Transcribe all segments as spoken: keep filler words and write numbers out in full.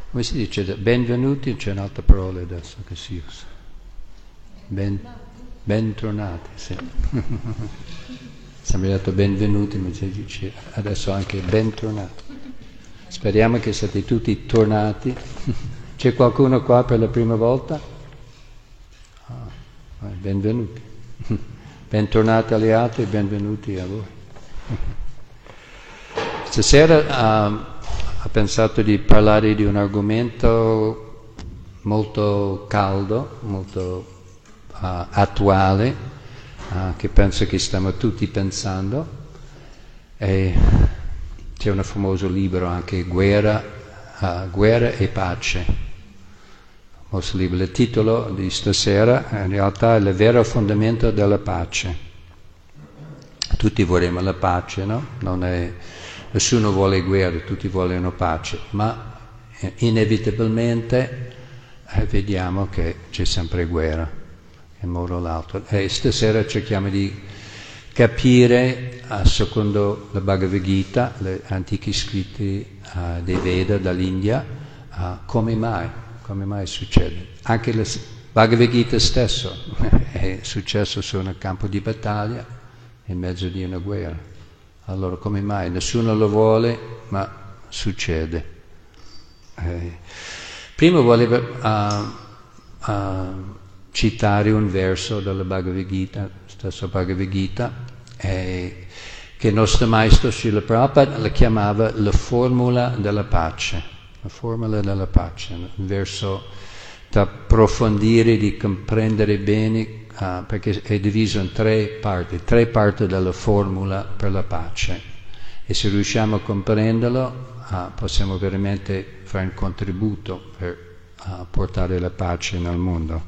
come si dice? Benvenuti, c'è un'altra parola adesso che si usa. Ben, bentornati, sì. Siamo detto benvenuti, ma si dice adesso anche bentornati. Speriamo che siete tutti tornati. C'è qualcuno qua per la prima volta? Ah, benvenuti. Bentornati agli altri, benvenuti a voi. Stasera uh, ho pensato di parlare di un argomento molto caldo, molto uh, attuale, uh, che penso che stiamo tutti pensando. E c'è un famoso libro anche, Guerra, uh, Guerra e Pace. Famoso libro. Il titolo di stasera in realtà è il vero fondamento della pace. Tutti vorremmo la pace, no? Non è... Nessuno vuole guerra, tutti vogliono pace, ma inevitabilmente eh, vediamo che c'è sempre guerra, in modo o l'altro. E stasera cerchiamo di capire, uh, secondo la Bhagavad Gita, gli antichi scritti uh, dei Veda dall'India, uh, come mai, come mai succede. Anche il Bhagavad Gita stesso è successo su un campo di battaglia, in mezzo di una guerra. Allora, come mai? Nessuno lo vuole, ma succede. Eh, prima volevo uh, uh, citare un verso della Bhagavad Gita, stesso Bhagavad Gita, eh, che il nostro maestro Srila Prabhupada la chiamava la formula della pace. La formula della pace, un verso da approfondire, di comprendere bene, Uh, perché è diviso in tre parti, tre parti della formula per la pace. E se riusciamo a comprenderlo, uh, possiamo veramente fare un contributo per uh, portare la pace nel mondo.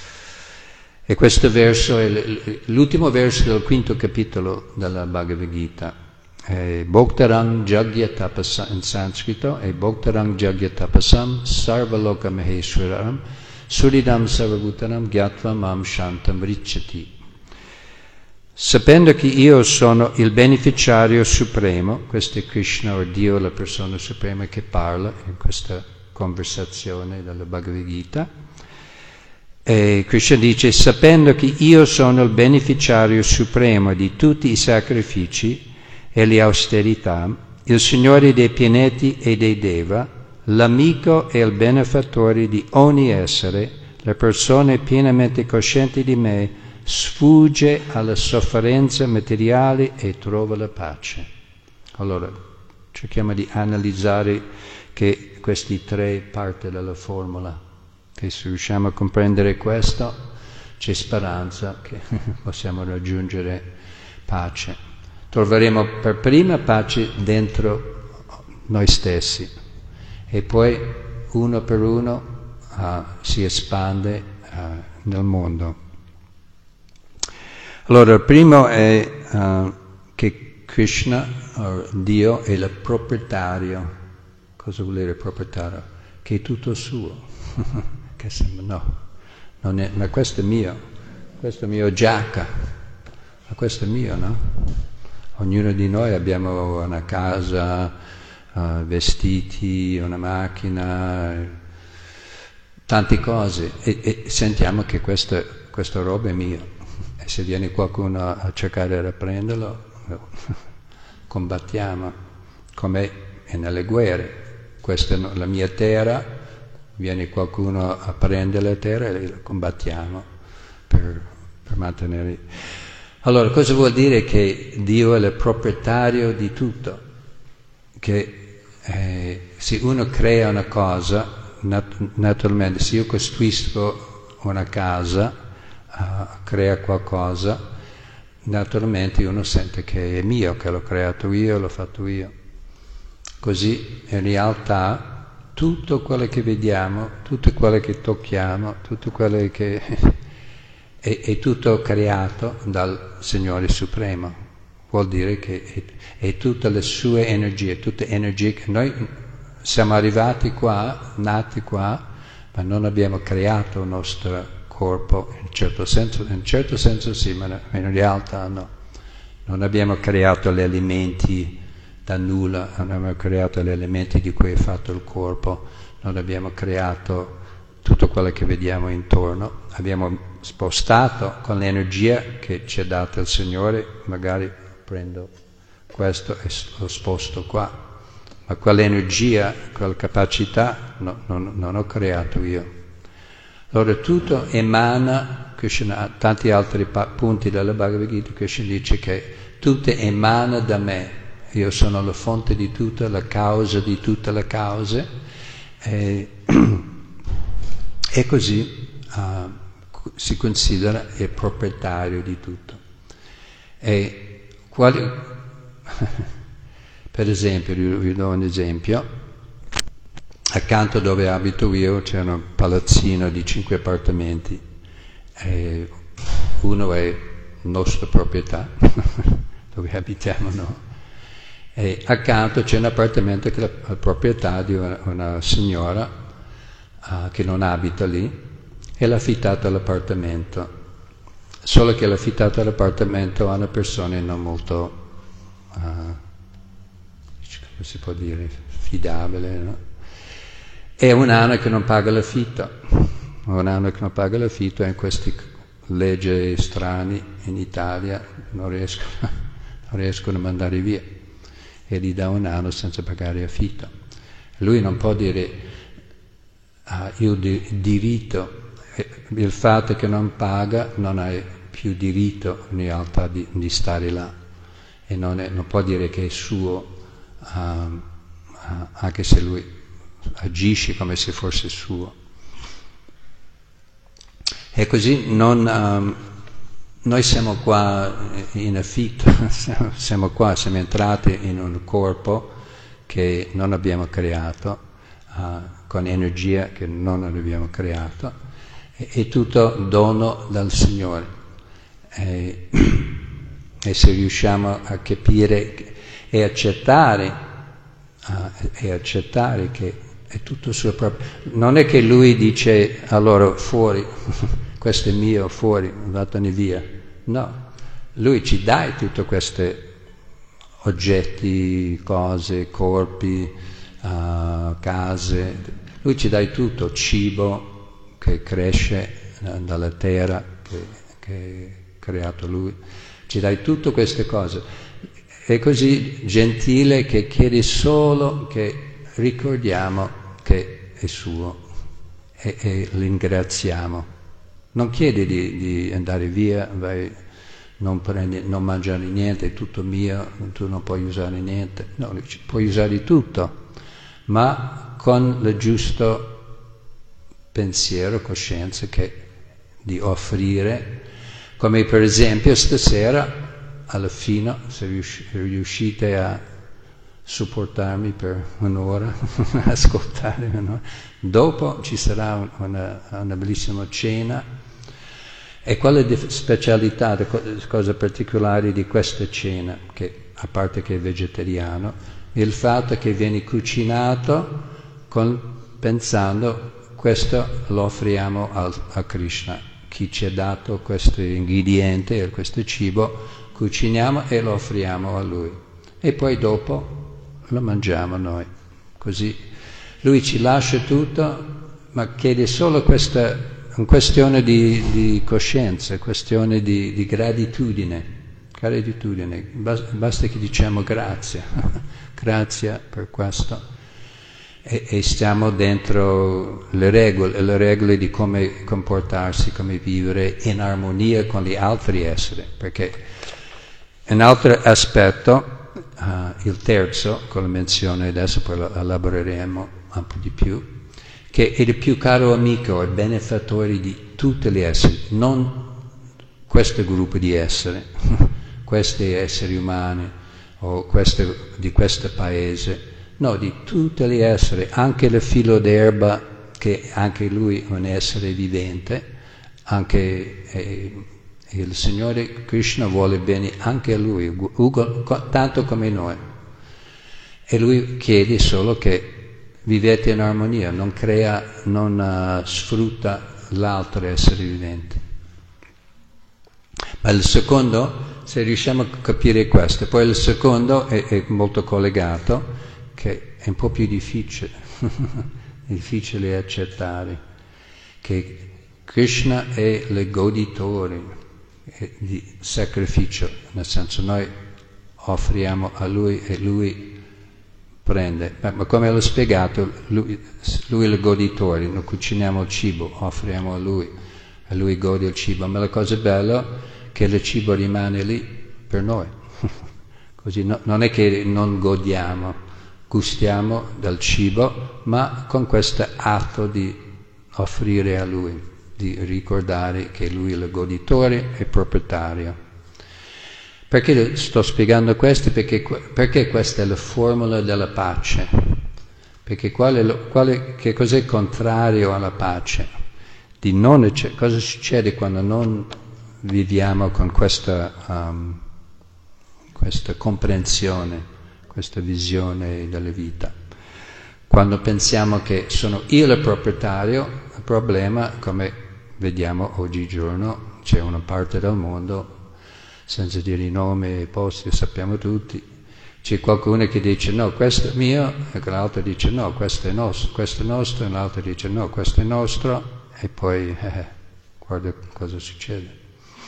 E questo verso è l- l'ultimo verso del quinto capitolo della Bhagavad Gita. È Bhoktarang Jagya Tapasam in sanscrito, è Bhoktarang Jagya Tapasam Sarvaloka Maheshwaram Suridam Sarvabhutanam Gyatva Mam Shantam Vricchati. Sapendo che io sono il beneficiario supremo, questo è Krishna o Dio, la persona suprema che parla in questa conversazione della Bhagavad Gita, e Krishna dice: sapendo che io sono il beneficiario supremo di tutti i sacrifici e le austerità, il Signore dei pianeti e dei Deva, l'amico e il benefattore di ogni essere, la persona pienamente cosciente di me, sfugge alle sofferenze materiali e trova la pace. Allora, cerchiamo di analizzare che questi tre parti della formula, che se riusciamo a comprendere questo, c'è speranza che possiamo raggiungere pace. Troveremo per prima pace dentro noi stessi. E poi uno per uno uh, si espande uh, nel mondo. Allora, il primo è uh, che Krishna, o Dio, è il proprietario. Cosa vuol dire proprietario? Che è tutto suo. Che sembra, no, non è, ma questo è mio, questo è mio giacca, ma questo è mio, no? Ognuno di noi abbiamo una casa, Uh, vestiti, una macchina, tante cose, e, e sentiamo che questa, questa roba è mia. E se viene qualcuno a cercare di prenderlo, combattiamo, come è nelle guerre. Questa è la mia terra, viene qualcuno a prendere la terra e combattiamo per, per mantenere. Allora, cosa vuol dire che Dio è il proprietario di tutto? Che Eh, se uno crea una cosa, nat- naturalmente, se io costruisco una casa, uh, crea qualcosa, naturalmente uno sente che è mio, che l'ho creato io, l'ho fatto io. Così, in realtà, tutto quello che vediamo, tutto quello che tocchiamo, tutto quello che è, è tutto creato dal Signore Supremo. Vuol dire che è, è tutte le sue energie, tutte energie che noi siamo arrivati qua, nati qua, ma non abbiamo creato il nostro corpo, in un certo senso, in un certo senso sì, ma in realtà no. Non abbiamo creato gli alimenti da nulla, non abbiamo creato gli elementi di cui è fatto il corpo, non abbiamo creato tutto quello che vediamo intorno, abbiamo spostato con l'energia che ci ha dato il Signore, magari prendo questo e lo sposto qua, ma quell'energia, quella capacità no, non, non ho creato io. Allora tutto emana, Krishna ha tanti altri pa- punti della Bhagavad Gita, Krishna dice che tutto emana da me, io sono la fonte di tutto, la causa di tutte le cause, e, e così uh, si considera il proprietario di tutto. E quali, per esempio, vi do un esempio, accanto dove abito io c'è un palazzino di cinque appartamenti, e uno è nostra proprietà, dove abitiamo noi, e accanto c'è un appartamento che è la proprietà di una, una signora uh, che non abita lì, e l'ha affittato l'appartamento, solo che l'ha affittato l'appartamento a una persona non molto, uh, come si può dire, fidabile, no? È un anno che non paga l'affitto, un anno che non paga l'affitto, e in queste leggi strane in Italia non riescono, non riescono a mandare via, e gli dà un anno senza pagare affitto. Lui non può dire, ah, io di, diritto, il fatto che non paga non hai più diritto in realtà di, di stare là, e non, è, non può dire che è suo, uh, uh, anche se lui agisce come se fosse suo. E così non, um, noi siamo qua in affitto, siamo qua, siamo entrati in un corpo che non abbiamo creato, uh, con energia che non abbiamo creato, e, e tutto dono dal Signore. E, e se riusciamo a capire e accettare, uh, e accettare che è tutto suo proprio. Non è che lui dice allora fuori, questo è mio, fuori, vattene via. No, lui ci dà tutti questi oggetti, cose, corpi, uh, case, lui ci dà tutto, cibo che cresce uh, dalla terra che, che ha creato lui, ci dà tutte queste cose. È così gentile che chiede solo che ricordiamo che è suo e, e ringraziamo. Non chiede di, di andare via, vai, non, prendi, non mangiare niente, è tutto mio, tu non puoi usare niente. No, puoi usare tutto, ma con il giusto pensiero, coscienza che di offrire, come per esempio stasera, alla fine, se riuscite a supportarmi per un'ora, ascoltare un'ora. Dopo ci sarà una, una bellissima cena, e qual è la specialità, la cosa particolare di questa cena, che a parte che è vegetariano, è il fatto che viene cucinato con, pensando questo lo offriamo al, a Krishna, chi ci ha dato questo ingrediente, questo cibo, cuciniamo e lo offriamo a lui, e poi dopo lo mangiamo noi. Così lui ci lascia tutto, ma chiede solo questa una questione di, di coscienza, questione di, di gratitudine, gratitudine. Basta che diciamo grazie, grazie per questo, e, e stiamo dentro le regole, le regole di come comportarsi, come vivere in armonia con gli altri esseri, perché un altro aspetto, Uh, il terzo, con la menzione adesso poi lo elaboreremo un po' di più, che è il più caro amico e benefattore di tutti gli esseri, non questo gruppo di esseri, questi esseri umani o queste, di questo paese, no, di tutti gli esseri, anche il filo d'erba, che anche lui è un essere vivente, anche eh, il Signore Krishna vuole bene anche a lui, ugo, tanto come noi, e lui chiede solo che vivete in armonia, non crea, non uh, sfrutta l'altro essere vivente. Ma il secondo, se riusciamo a capire questo, poi il secondo è, è molto collegato, che è un po' più difficile è difficile accettare che Krishna è il goditore di sacrificio, nel senso noi offriamo a Lui e Lui prende. Ma, ma come l'ho spiegato, Lui, lui è il goditore, noi cuciniamo il cibo, offriamo a Lui, e Lui gode il cibo, ma la cosa bella è che il cibo rimane lì per noi. Così no, non è che non godiamo, gustiamo del cibo, ma con questo atto di offrire a Lui, di ricordare che Lui è il goditore e proprietario. Perché sto spiegando questo? Perché, perché questa è la formula della pace. Perché quale, quale, che cos'è il contrario alla pace? Di non, cosa succede quando non viviamo con questa, um, questa comprensione, questa visione della vita? Quando pensiamo che sono io il proprietario, il problema, come vediamo oggigiorno, c'è una parte del mondo, senza dire i nomi e i posti, lo sappiamo tutti, c'è qualcuno che dice no, questo è mio, e l'altro dice no, questo è nostro, questo è nostro, e l'altro dice no, questo è nostro, e poi eh, guarda cosa succede.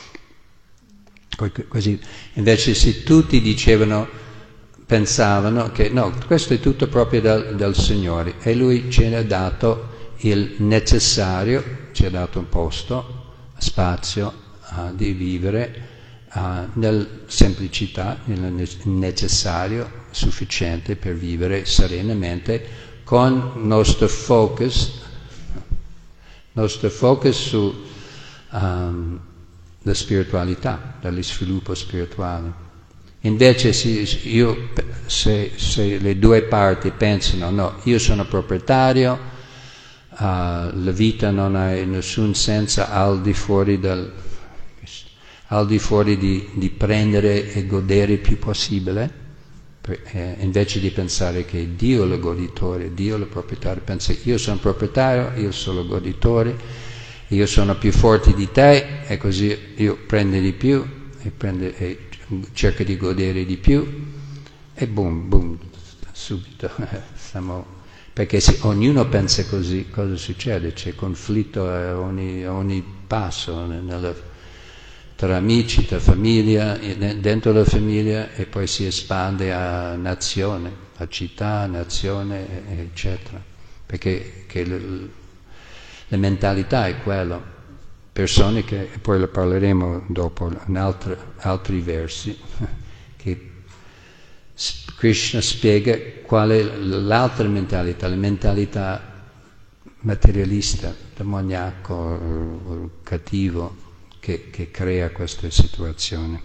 Così, invece se tutti dicevano, pensavano che no, questo è tutto proprio del, del Signore, e Lui ci ha dato il necessario, ci ha dato un posto, spazio uh, di vivere, Uh, nella semplicità, nel necessario, sufficiente per vivere serenamente, con nostro focus, nostro focus su um, la spiritualità, dallo sviluppo spirituale. Invece se, io, se, se le due parti pensano, no, io sono proprietario, uh, la vita non ha nessun senso al di fuori del al di fuori di, di prendere e godere il più possibile, per, eh, invece di pensare che Dio è il goditore, Dio è il proprietario, pensa io sono proprietario, io sono il goditore, io sono più forte di te e così io prendo di più e, prende, e cerco di godere di più e boom, boom, subito siamo... Perché se ognuno pensa così, cosa succede? C'è conflitto a ogni, a ogni passo nella tra amici, tra famiglia, dentro la famiglia e poi si espande a nazione, a città, nazione, eccetera. Perché che le, la mentalità è quella. Persone che, e poi lo parleremo dopo in altri, altri versi, che Krishna spiega qual è l'altra mentalità, la mentalità materialista, demoniaco, cattivo, Che, che crea queste situazioni.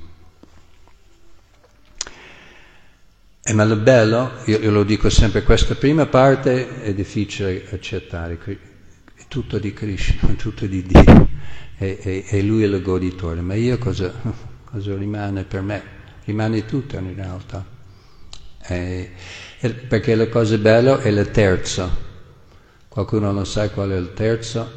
E ma il bello, io, io lo dico sempre, questa prima parte è difficile accettare, è tutto di Krishna, è tutto di Dio, e, e, e Lui è il goditore, ma io cosa, cosa rimane per me? Rimane tutto in realtà, e, e, perché la cosa bella è il terzo. Qualcuno non sa qual è il terzo?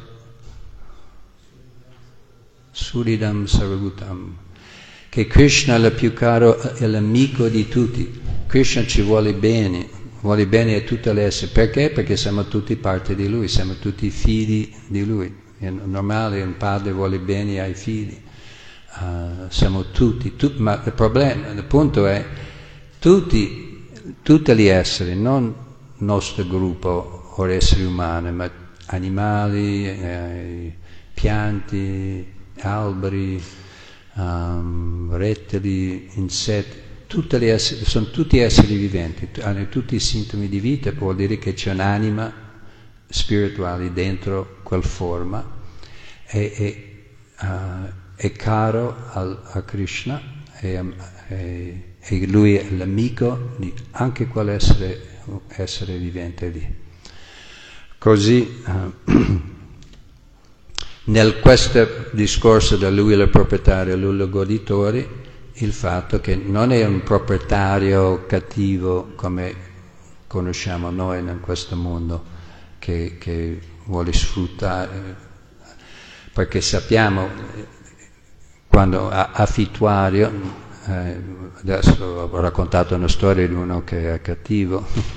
Suridam Sarvutam, che Krishna è il più caro, è l'amico di tutti. Krishna ci vuole bene, vuole bene a tutte le esseri. Perché? Perché siamo tutti parte di Lui, siamo tutti figli di Lui. È normale, un padre vuole bene ai figli. Uh, siamo tutti, tu, ma il problema, il punto è, tutti, tutti gli esseri, non il nostro gruppo o esseri umani, ma animali, eh, pianti, alberi, um, rettili, insetti, tutti gli esseri, sono tutti esseri viventi, hanno tutti i sintomi di vita, vuol dire che c'è un'anima spirituale dentro quel forma, e, e, uh, è caro al, a Krishna, e, e, e lui è l'amico di anche quell'essere essere vivente lì. Così uh, nel questo discorso da lui il proprietario, lui il goditore, il fatto che non è un proprietario cattivo come conosciamo noi in questo mondo, che, che vuole sfruttare, perché sappiamo quando affittuario, eh, adesso ho raccontato una storia di uno che è cattivo,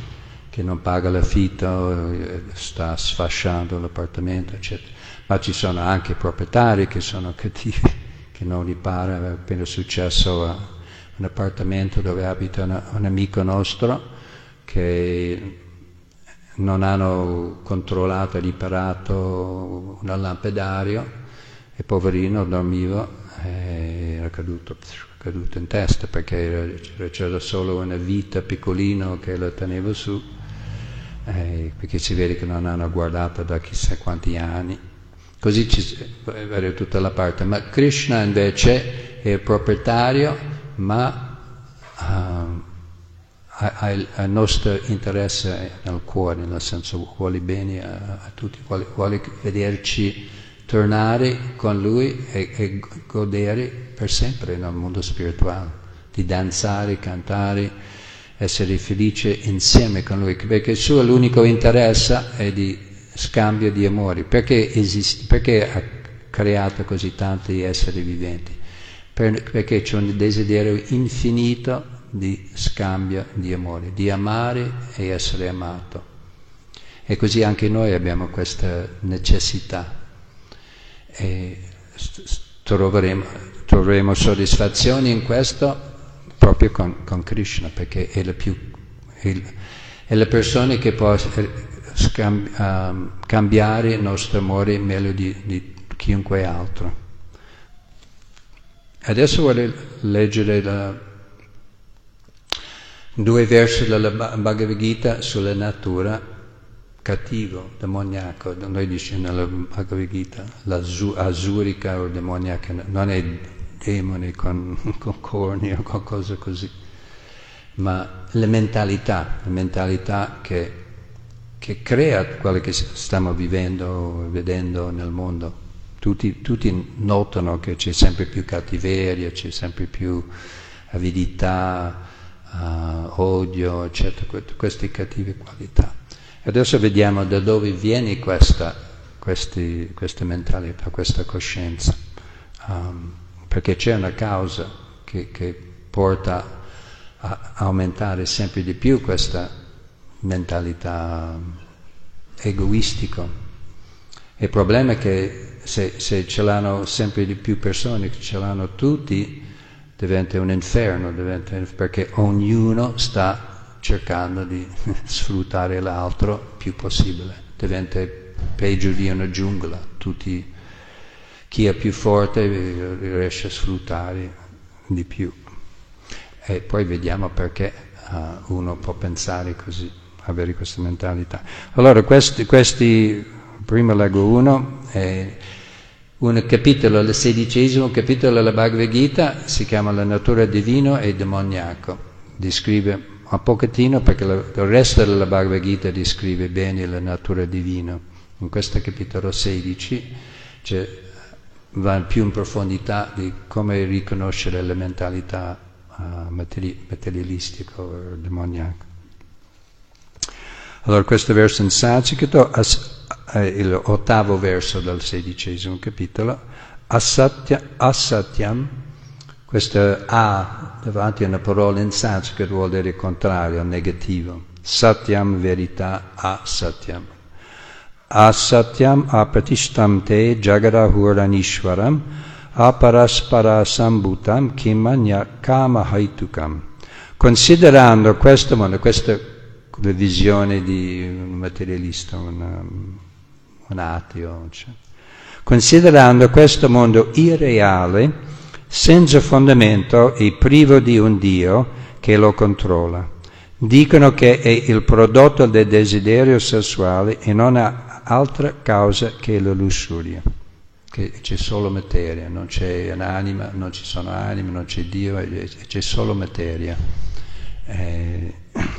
che non paga l'affitto, sta sfasciando l'appartamento, eccetera. Ma ci sono anche proprietari che sono cattivi, che non ripara. È appena successo a un appartamento dove abita una, un amico nostro che non hanno controllato e riparato un lampedario e poverino dormiva e era caduto, caduto in testa perché c'era solo una vita piccolino che lo teneva su, eh, perché si vede che non hanno guardato da chissà quanti anni. Così ci vede tutta la parte. Ma Krishna invece è il proprietario, ma uh, ha il nostro interesse nel cuore, nel senso vuole bene a, a tutti, vuole, vuole vederci tornare con lui e, e godere per sempre nel mondo spirituale, di danzare, cantare, essere felice insieme con lui, perché il suo l'unico interesse è di scambio di amori. Perché esiste, perché ha creato così tanti esseri viventi? Per, perché c'è un desiderio infinito di scambio di amore, di amare e essere amato. E così anche noi abbiamo questa necessità e troveremo, troveremo soddisfazione in questo proprio con, con Krishna, perché è la, più, è, è la persona che può scambi, um, cambiare il nostro amore meglio di, di chiunque altro. Adesso vorrei leggere la due versi della Bhagavad Gita sulla natura cattivo, demoniaco. Noi diciamo nella Bhagavad Gita, l'azurica o demoniaca, non è demone con, con corni o qualcosa così, ma la mentalità, la mentalità che, che crea quello che stiamo vivendo, vedendo nel mondo. Tutti, tutti notano che c'è sempre più cattiveria, c'è sempre più avidità, Uh, odio, eccetera, queste cattive qualità. Adesso vediamo da dove viene questa, questi, questa mentalità, questa coscienza, um, perché c'è una causa che, che porta a aumentare sempre di più questa mentalità egoistica. Il problema è che se, se ce l'hanno sempre di più persone, che ce l'hanno tutti, diventa un inferno, diventa, perché ognuno sta cercando di sfruttare l'altro più possibile. Diventa peggio di una giungla. Tutti, chi è più forte riesce a sfruttare di più. E poi vediamo perché uh, uno può pensare così, avere questa mentalità. Allora, questi, questi prima leggo uno, e un capitolo, il sedicesimo capitolo della Bhagavad Gita, si chiama La natura divino e demoniaco. Descrive un pochettino, perché la, il resto della Bhagavad Gita descrive bene la natura divina. In questo capitolo sedici cioè, va più in profondità di come riconoscere la mentalità uh, materi- materialistica o demoniaca. Allora, questo verso in sanscrito, as- il ottavo verso del sedicesimo capitolo, asatya, asatyam, questa A davanti a una parola in sanscrito vuol dire contrario, negativo. Satyam, verità, asatyam. Asatyam apratishtam te jagadahuraniishwaram aparaspara sambhutam kimanya kama haitukam. Considerando questo mondo, questa la visione di un materialista, una, un ateo, cioè. Considerando questo mondo irreale, senza fondamento e privo di un Dio che lo controlla, dicono che è il prodotto del desiderio sessuale e non ha altra causa che la lussuria, che c'è solo materia, non c'è un'anima, non ci sono anime, non c'è Dio, c'è solo materia. Eh,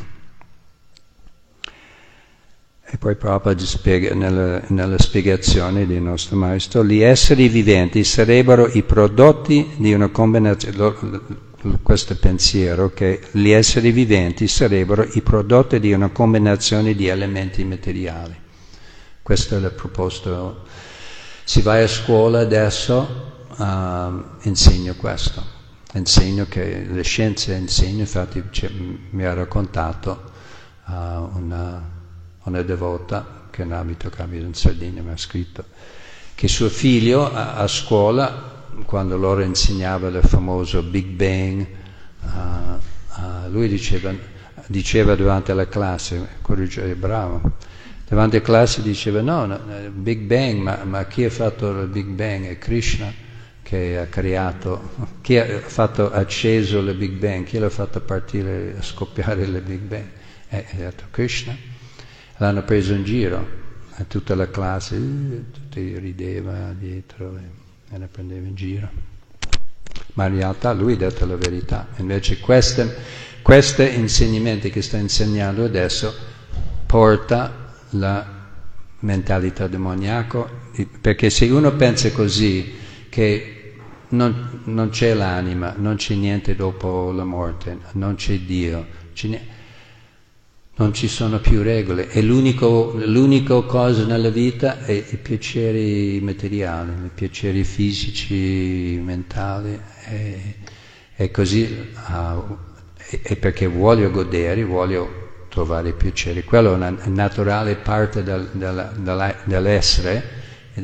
E poi Prabhupada spiega nella, nella spiegazione del nostro maestro, gli esseri viventi sarebbero i prodotti di una combinazione, questo pensiero che gli esseri viventi sarebbero i prodotti di una combinazione di elementi materiali. Questo è il proposto. Se vai a scuola adesso, uh, insegno questo. Insegno che le scienze insegno, infatti mi ha raccontato uh, una, una devota che non abito che abita in Sardegna mi ha scritto che suo figlio a, a scuola, quando loro insegnava il famoso Big Bang, uh, uh, lui diceva, diceva durante la classe, è bravo, davanti alla classe diceva no, no Big Bang, ma, ma chi ha fatto il Big Bang? È Krishna che ha creato, chi ha fatto acceso il Big Bang, chi l'ha fatto partire, a scoppiare il Big Bang? È, è detto Krishna. L'hanno preso in giro, a tutta la classe, tutti rideva dietro e, e la prendeva in giro. Ma in realtà lui ha detto la verità. Invece questi insegnamenti che sta insegnando adesso porta la mentalità demoniaca, perché se uno pensa così, che non, non c'è l'anima, non c'è niente dopo la morte, non c'è Dio, c'è, non ci sono più regole, e l'unico, l'unica cosa nella vita è i piaceri materiali, i piaceri fisici, mentali, e, e così, uh, e, e perché voglio godere, voglio trovare piacere. Quello è una naturale parte del, del, del, dell'essere.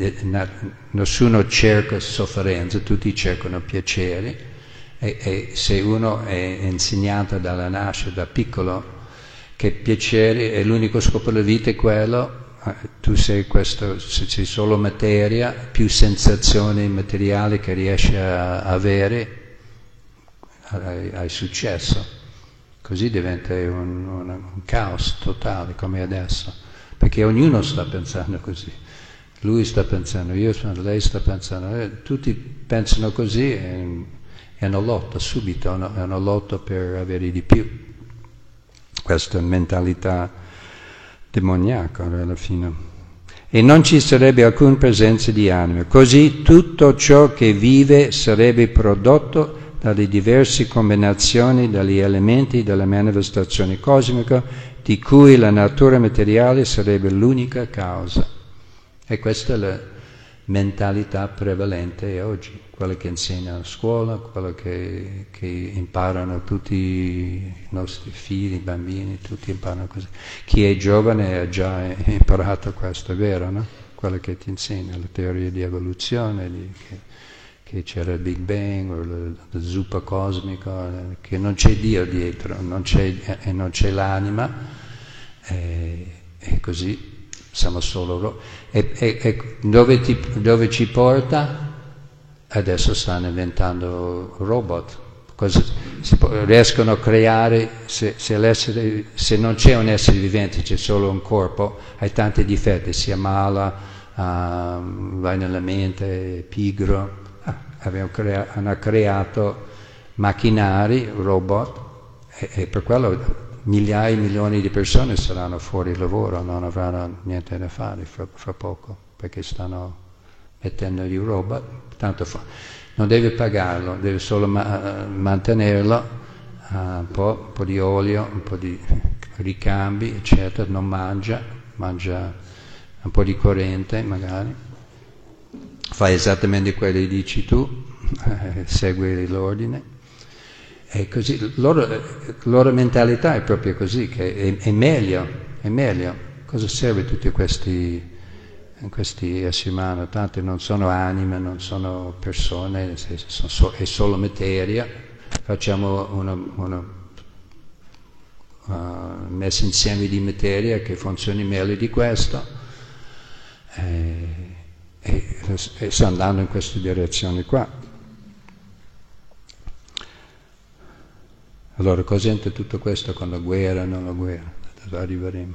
Nessuno cerca sofferenza, tutti cercano piaceri, e, e se uno è insegnato dalla nascita, da piccolo, che piacere è l'unico scopo della vita, è quello, tu sei questo, se sei solo materia, più sensazioni materiali che riesci a avere, hai, hai successo. Così diventa un, un, un caos totale come adesso, perché ognuno sta pensando così. Lui sta pensando, io sono, lei sta pensando, eh, tutti pensano così, e è una lotta subito, è una lotta per avere di più. Questa mentalità demoniaca alla fine. E non ci sarebbe alcuna presenza di anima. Così tutto ciò che vive sarebbe prodotto dalle diverse combinazioni degli elementi della manifestazione cosmica, di cui la natura materiale sarebbe l'unica causa. E questa è la mentalità prevalente oggi, quella che insegna a scuola, quella che, che imparano tutti i nostri figli, i bambini, tutti imparano così. Chi è giovane ha già imparato questo, è vero, no? Quella che ti insegna, la teoria di evoluzione, di, che, che c'era il Big Bang, o la, la zuppa cosmica, che non c'è Dio dietro, non c'è, e non c'è l'anima, e, e così siamo solo... E, e, e dove, ti, dove ci porta? Adesso stanno inventando robot. Cosa, si può, riescono a creare, se, se, l'essere, se non c'è un essere vivente, c'è solo un corpo, hai tanti difetti, si ammala, uh, vai nella mente, è pigro. Ah, crea, hanno creato macchinari, robot, e, e per quello migliaia e milioni di persone saranno fuori lavoro, non avranno niente da fare fra, fra poco, perché stanno mettendo i robot, tanto fa, non deve pagarlo, deve solo ma- mantenerlo, uh, un, po', un po' di olio, un po' di ricambi, eccetera, non mangia, mangia un po' di corrente magari, fa esattamente quello che dici tu, segui l'ordine. E così, loro, la loro mentalità è proprio così, che è, è meglio, è meglio. Cosa serve tutti questi, questi esseri umani? Tanti non sono anime, non sono persone, sono so, è solo materia. Facciamo una, una uh, messa insieme di materia che funzioni meglio di questo, e, e, e sta andando in questa direzione qua. Allora, cosa entra tutto questo con la guerra, non la guerra? Arriveremo.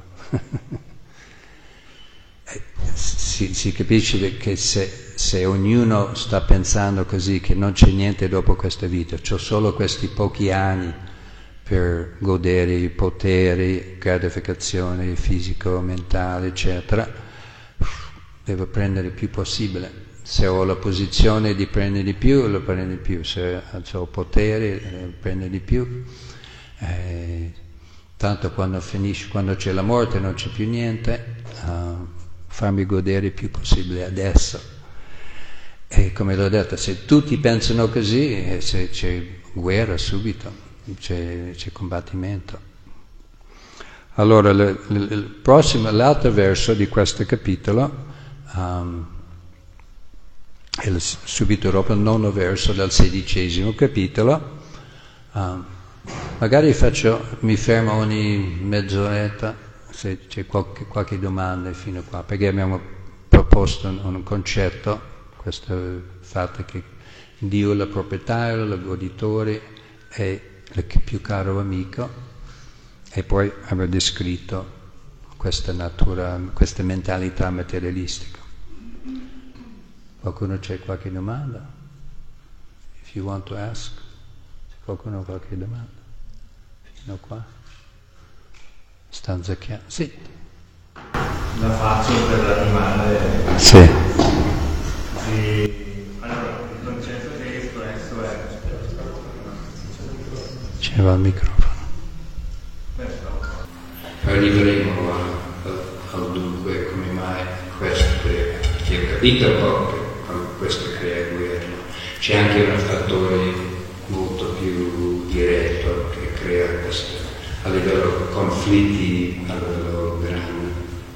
si, si capisce che se, se ognuno sta pensando così, che non c'è niente dopo questa vita, c'ho solo questi pochi anni per godere i poteri, gratificazione fisico, mentale, eccetera, devo prendere il più possibile. Se ho la posizione di prendere di più, lo prendo di più. Se ho potere, eh, prendo di più. Eh, tanto quando finisce, quando c'è la morte non c'è più niente, uh, farmi godere il più possibile adesso. E come l'ho detto, se tutti pensano così, eh, se c'è guerra subito, c'è, c'è combattimento. Allora, le, le, il prossimo, l'altro verso di questo capitolo um, è il, subito dopo il nono verso del sedicesimo capitolo. Um, magari faccio, mi fermo ogni mezz'oretta se c'è qualche, qualche domanda fino a qua, perché abbiamo proposto un, un concetto, questo fatto che Dio è il proprietario, il goditore è il più caro amico, e poi abbiamo descritto questa natura, questa mentalità materialistica. Qualcuno c'è qualche domanda? If you want to ask. C'è qualcuno qualche domanda? Fino a qua? Stanza chiara? Sì. La faccio per l'animale. Sì. E, allora, il concetto che hai espresso è... C'era il microfono. Arriveremo a, a, al dunque come mai questo crea, chi ha capito un po' che questo crea guerra. C'è anche un fattore molto più diretto che crea questo, a livello conflitti, a livello grande.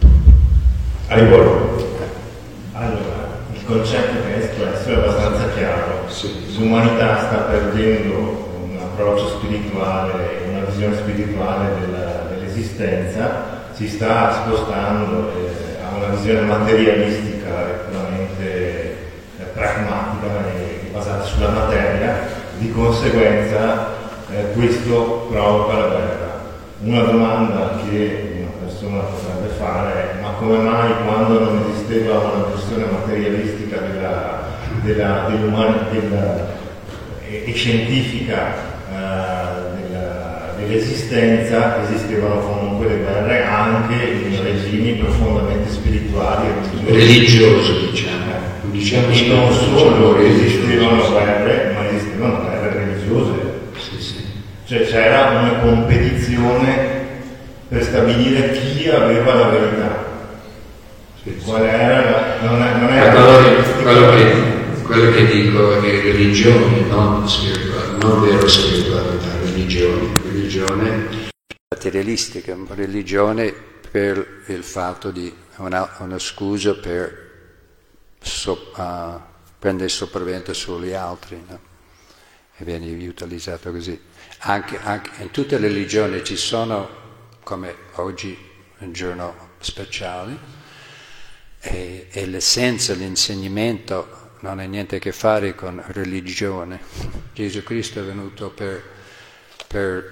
Arrivo. Allora, il concetto che hai espresso è abbastanza chiaro. Sì. L'umanità sta perdendo un approccio spirituale, una visione spirituale della esistenza, si sta spostando eh, a una visione materialistica e puramente eh, pragmatica e basata sulla materia. Di conseguenza eh, questo provoca la guerra. Una domanda che una persona potrebbe fare è: ma come mai quando non esisteva una versione materialistica della, della, dell'umana, della, e, e scientifica eh, dell'esistenza esistevano comunque le guerre anche in regimi profondamente spirituali e religiosi, diciamo. Eh, diciamo e non solo esistevano guerre, ma esistevano guerre religiose. Sì, sì. Cioè c'era una competizione per stabilire chi aveva la verità. Sì, sì. Qual era la, non è, non è quello, quello, che, quello che dico è religione, non spirituale, non vero spiritualità, religione. Religione materialistica, religione per il fatto di una, una scusa per so, uh, prendere sopravvento sugli altri, no? E viene utilizzato così. Anche, anche in tutte le religioni ci sono, come oggi, un giorno speciale, e, e l'essenza, l'insegnamento non ha niente a che fare con religione. Gesù Cristo è venuto per, per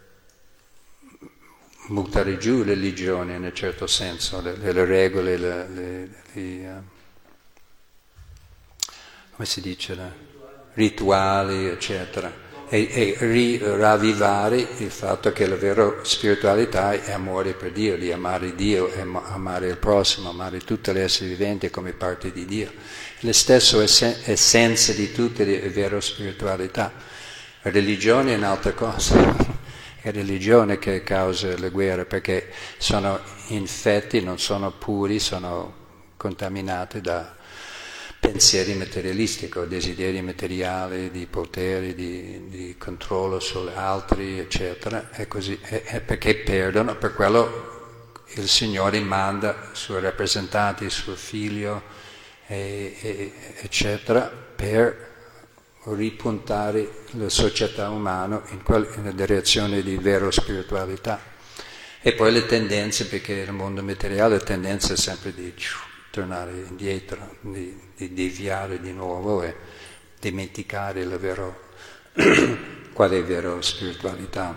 buttare giù le religioni in un certo senso, le, le regole, le, le, le, uh, come si dice, le, rituali, eccetera, e, e ri, ravvivare il fatto che la vera spiritualità è amore per Dio, di amare Dio, e amare il prossimo, amare tutte le esseri viventi come parte di Dio. La stessa essenza di tutte le vera spiritualità. La religione è un'altra cosa. È religione che causa le guerre, perché sono infetti, non sono puri, sono contaminati da pensieri materialistici, desideri materiali, di potere, di, di controllo sugli altri, eccetera. E così, e, e perché perdono, per quello il Signore manda i suoi rappresentanti, il suo figlio, e, e, eccetera, per ripuntare la società umana in una direzione di vera spiritualità. E poi le tendenze, perché nel mondo materiale la tendenza è sempre di ciu, tornare indietro, di, di deviare di nuovo e dimenticare la vero, qual è la vera spiritualità.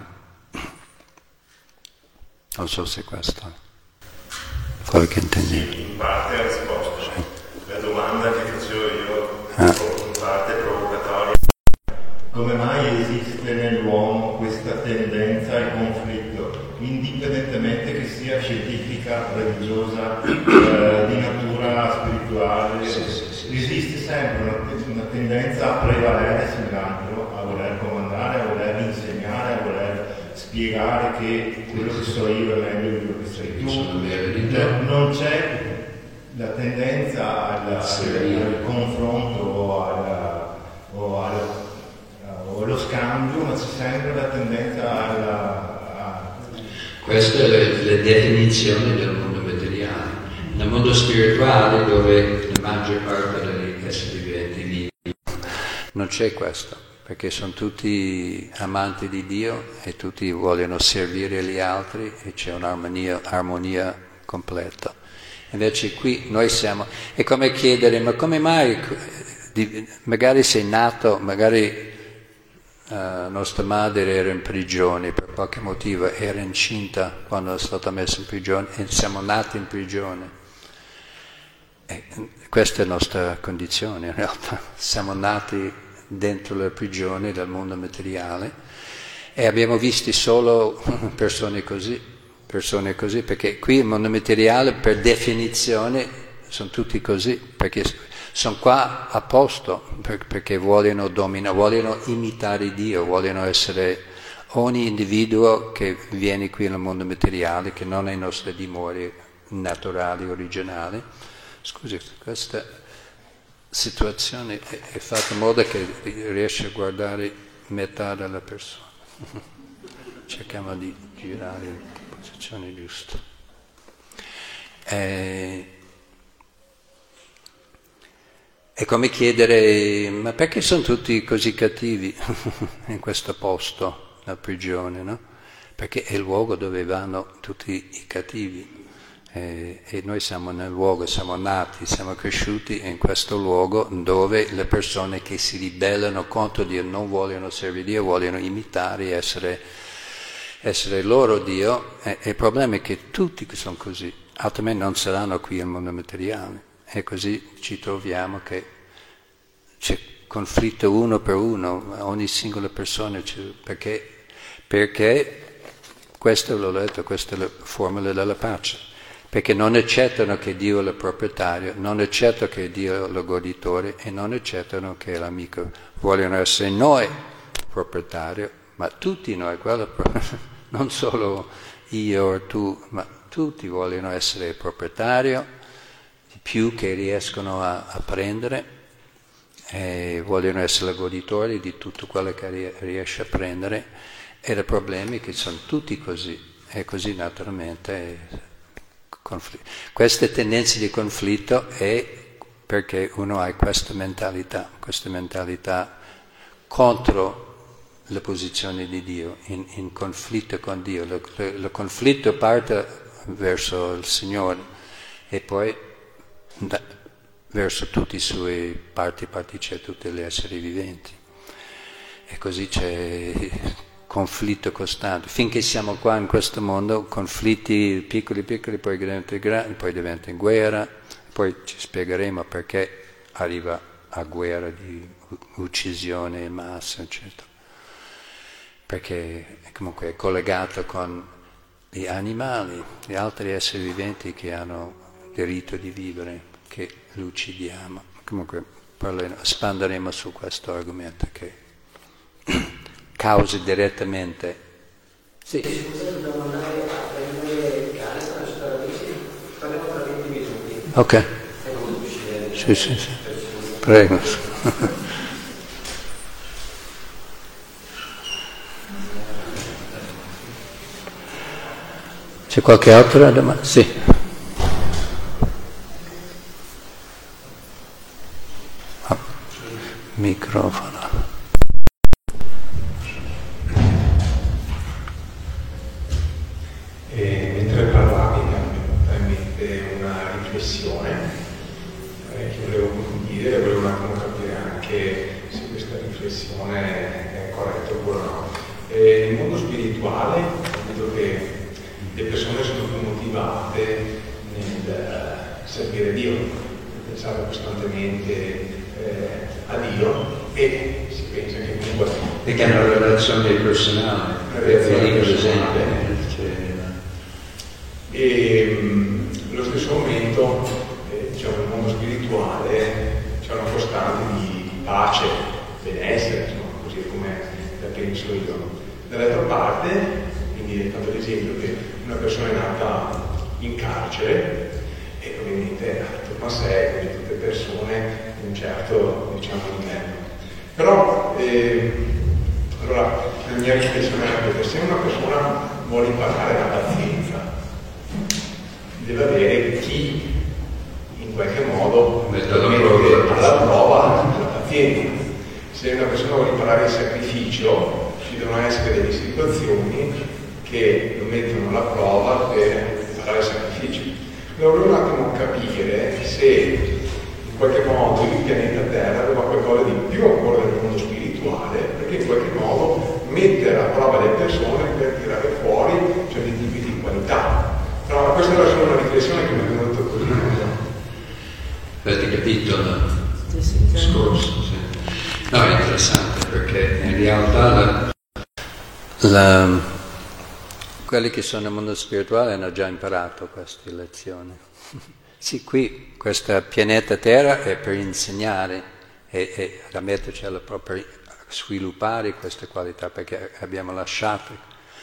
Non so se questo è quello che intendevo. In parte ha risposto. Sì. La domanda che facevo io, ah. in parte provocatoria: come mai esiste nell'uomo questa tendenza al conflitto, indipendentemente che sia scientifica, religiosa, eh, di natura spirituale? Sì, sì, sì, esiste sempre una, una tendenza a prevalere sull'altro, a voler comandare, a voler insegnare, a voler spiegare che quello che so io è meglio di quello che sei tu. Cioè, non c'è la tendenza al, al, al confronto o, alla, o, al, o allo scambio, ma c'è sempre la tendenza alla, a, Questa è la, la definizione del mondo materiale. Nel mondo spirituale, dove la maggior parte degli esseri viventi vive, non c'è questo, perché sono tutti amanti di Dio e tutti vogliono servire gli altri e c'è un'armonia armonia completa. Invece qui noi siamo, è come chiedere, ma come mai, magari sei nato, magari uh, nostra madre era in prigione per qualche motivo, era incinta quando è stata messa in prigione e siamo nati in prigione. E questa è la nostra condizione in realtà, siamo nati dentro la prigione del mondo materiale e abbiamo visto solo persone così. persone così, perché qui il mondo materiale per definizione sono tutti così, perché sono qua a posto, perché vogliono dominare, vogliono imitare Dio, vogliono essere ogni individuo che viene qui nel mondo materiale, che non è i nostri dimore naturali, originali. Scusi, questa situazione è, è fatta in modo che riesce a guardare metà della persona. Cerchiamo di girare posizione giusta. È, è come chiedere, ma perché sono tutti così cattivi in questo posto, la prigione, no? Perché è il luogo dove vanno tutti i cattivi. E, e noi siamo nel luogo, siamo nati, siamo cresciuti in questo luogo dove le persone che si ribellano contro Dio non vogliono servire Dio, vogliono imitare e essere essere loro Dio, e il problema è che tutti sono così, altrimenti non saranno qui nel mondo materiale, e così ci troviamo che c'è conflitto uno per uno, ogni singola persona, perché, perché questo l'ho letto, questa è la formula della pace, perché non accettano che Dio è il proprietario, non accettano che Dio è il goditore e non accettano che è l'amico, vogliono essere noi proprietario, ma tutti noi, quello, non solo io o tu, ma tutti vogliono essere proprietario, di più che riescono a, a prendere, e vogliono essere goditori di tutto quello che riesce a prendere, e il problema è che sono tutti così, e così naturalmente conflitto. Queste tendenze di conflitto è perché uno ha questa mentalità, questa mentalità contro la posizione di Dio, in, in conflitto con Dio. Il, il, il conflitto parte verso il Signore e poi da, verso tutti i suoi parti, particelle, tutti gli esseri viventi. E così c'è conflitto costante. Finché siamo qua in questo mondo, conflitti piccoli piccoli, poi diventano grandi, poi diventano guerra, poi ci spiegheremo perché arriva a guerra di uccisione in massa, eccetera. Perché comunque è collegato con gli animali, gli altri esseri viventi che hanno il diritto di vivere, che li uccidiamo. Comunque parleremo, espanderemo su questo argomento che causa direttamente. Sì. Scusa, dobbiamo andare a prendere il cane, stanno aspettando qui, parliamo tra venti minuti. Ok. Sì, sì, sì. Prego. C'è qualche altra domanda? Sì. Oh, microfono. E mentre parlavi mi è venuta in mente una riflessione eh, che volevo condividere, volevo un attimo capire anche se questa riflessione è corretta oppure no. E nel mondo spirituale vedo che le persone sono più motivate nel servire Dio, nel pensare costantemente eh, a Dio, e si pensa che comunque... Perché è una relazione personale, per esempio. E mh, allo stesso momento eh, diciamo, nel mondo spirituale c'è una costante di pace, benessere, insomma, così come la penso io. Dall'altra parte, quindi è fatto l'esempio che una persona è nata in carcere e ovviamente ha attorno a sé quindi tutte persone di un certo, diciamo, livello. Però eh, allora la mia riflessione è che se una persona vuole imparare la pazienza, deve avere chi in qualche modo mette alla prova la pazienza. Se una persona vuole imparare il sacrificio, ci devono essere delle situazioni che lo mettono alla prova per imparare il sacrificio. Allora volevo un attimo capire se in qualche modo il pianeta Terra aveva qualcosa di più ancora del mondo spirituale, perché in qualche modo mette alla prova le persone per tirare fuori certi tipi di qualità. Però questa era solo una riflessione che mi è venuta così. Avete capito il discorso? Sì. No, è interessante perché in realtà la, la, quelli che sono nel mondo spirituale hanno già imparato queste lezioni. Sì, qui, questo pianeta Terra è per insegnare e, e da metterci alla propria, sviluppare queste qualità, perché abbiamo lasciato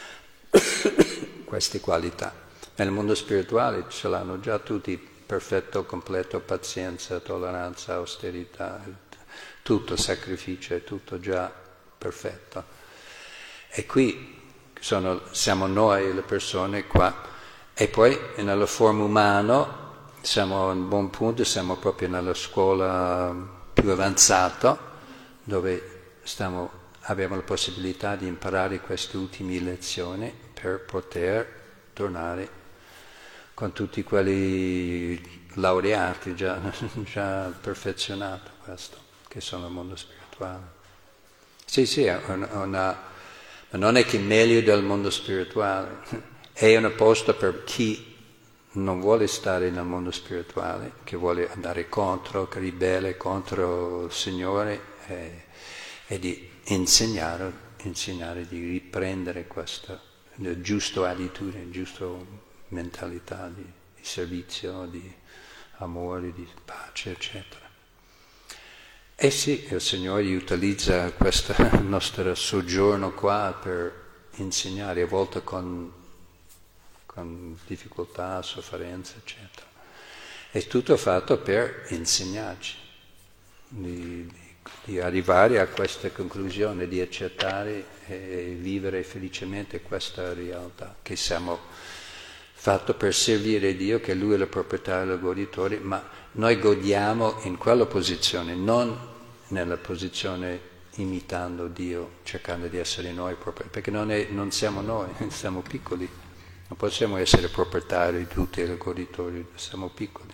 queste qualità. Nel mondo spirituale ce l'hanno già tutti, perfetto, completo, pazienza, tolleranza, austerità, tutto sacrificio, è tutto già perfetto. E qui sono, siamo noi le persone qua, e poi nella forma umana siamo a un buon punto, siamo proprio nella scuola più avanzata, dove stiamo, abbiamo la possibilità di imparare queste ultime lezioni per poter tornare con tutti quelli laureati, già, già perfezionato questo, che sono nel mondo spirituale. Sì, sì, è una, una, ma non è che meglio del mondo spirituale, è un posto per chi non vuole stare nel mondo spirituale, che vuole andare contro, che ribelle contro il Signore, e, e di insegnare, insegnare di riprendere questa giusta attitudine, giusta mentalità di, di servizio, di amore, di pace, eccetera. E sì, il Signore utilizza questo nostro soggiorno qua per insegnare, a volte con, con difficoltà, sofferenza, eccetera. È tutto fatto per insegnarci, di, di, di arrivare a questa conclusione, di accettare e vivere felicemente questa realtà, che siamo fatti per servire Dio, che Lui è il proprietario del goditore, ma noi godiamo in quella posizione, non nella posizione imitando Dio, cercando di essere noi propri, perché non, è, non siamo noi, siamo piccoli, non possiamo essere proprietari di tutti i goditori, siamo piccoli.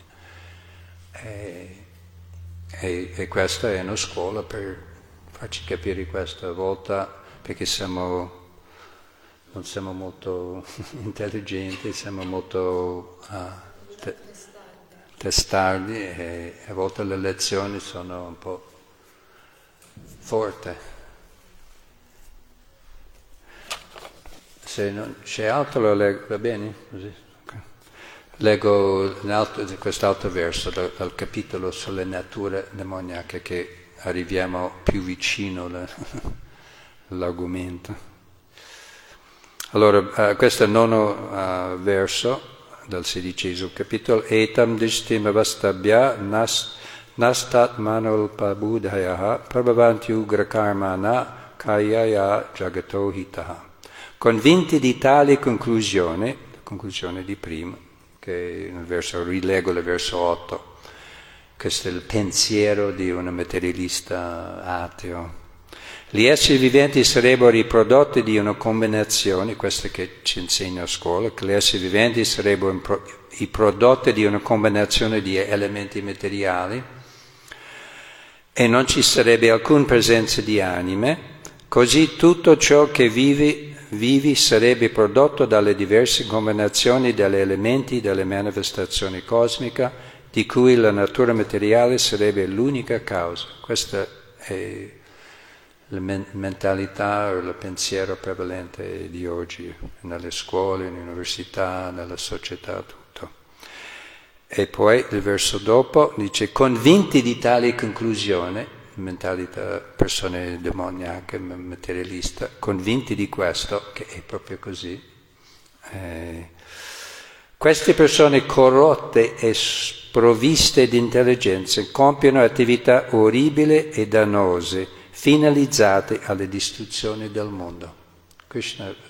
E, e, e questa è una scuola per farci capire questa volta, perché siamo, non siamo molto intelligenti, siamo molto uh, te, testardi e a volte le lezioni sono un po' forti. Se non c'è altro lo leggo, va bene? Così. Okay. Leggo quest'altro verso dal, dal capitolo sulle nature demoniache, che arriviamo più vicino all'argomento. Allora, uh, questo è il nono uh, verso del sedicesimo capitolo. Etam dishtim avastabhya nas, nastat manul pabudhayaha prabhavanti ugra karmana kayaya jagato hitaha. Convinti di tale conclusione, la conclusione di prima, che nel verso, rilego il verso otto, questo è il pensiero di un materialista ateo. Gli esseri viventi sarebbero i prodotti di una combinazione, questo che ci insegna a scuola, che gli esseri viventi sarebbero i prodotti di una combinazione di elementi materiali e non ci sarebbe alcuna presenza di anime, così tutto ciò che vivi, vivi sarebbe prodotto dalle diverse combinazioni degli elementi delle manifestazioni cosmiche, di cui la natura materiale sarebbe l'unica causa. Questa è la mentalità o il pensiero prevalente di oggi, nelle scuole, nelle università, nella società, tutto. E poi il verso dopo dice: convinti di tale conclusione, mentalità, persone demoniache, materialista, convinti di questo, che è proprio così, eh, queste persone corrotte e sprovviste di intelligenza compiono attività orribili e dannose, finalizzate alla distruzione del mondo. Krishna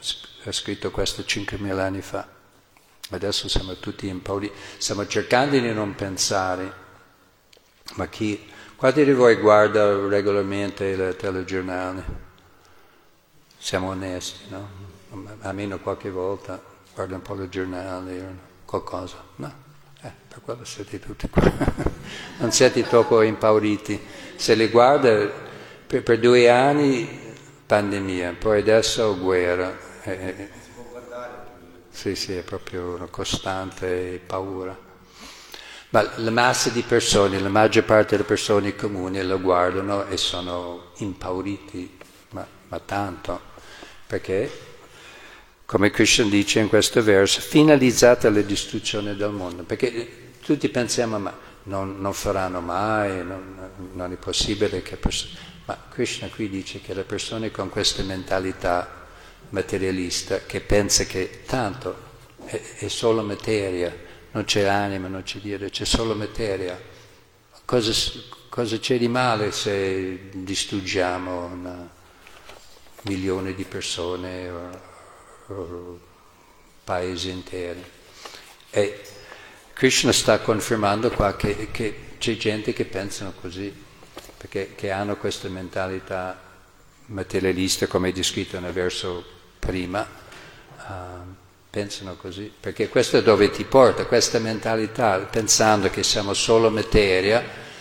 ha scritto questo cinquemila anni fa. Adesso siamo tutti impauriti, stiamo cercando di non pensare, ma chi, quanti di voi guarda regolarmente il telegiornale? Siamo onesti, no? Almeno qualche volta guarda un po' il giornale o qualcosa, no? Eh, per quello siete tutti qua, non siete troppo impauriti. Se li guarda per, per due anni pandemia, poi adesso guerra. Eh, Si può guardare. sì, sì, è proprio una costante paura. Ma la massa di persone, la maggior parte delle persone comuni lo guardano e sono impauriti, ma, ma tanto, perché, come Krishna dice in questo verso, finalizzata alla distruzione del mondo, perché tutti pensiamo, ma non, non faranno mai, non, non è possibile che persone... Ma Krishna qui dice che le persone con questa mentalità materialista, che pensa che tanto è, è solo materia, non c'è anima, non c'è Dio, c'è solo materia, cosa, cosa c'è di male se distruggiamo una, milioni di persone o, o paesi interi? E Krishna sta confermando qua che, che c'è gente che pensano così, perché che hanno questa mentalità materialista, come è descritto nel verso prima, uh, pensano così, perché questo è dove ti porta, questa mentalità, pensando che siamo solo materia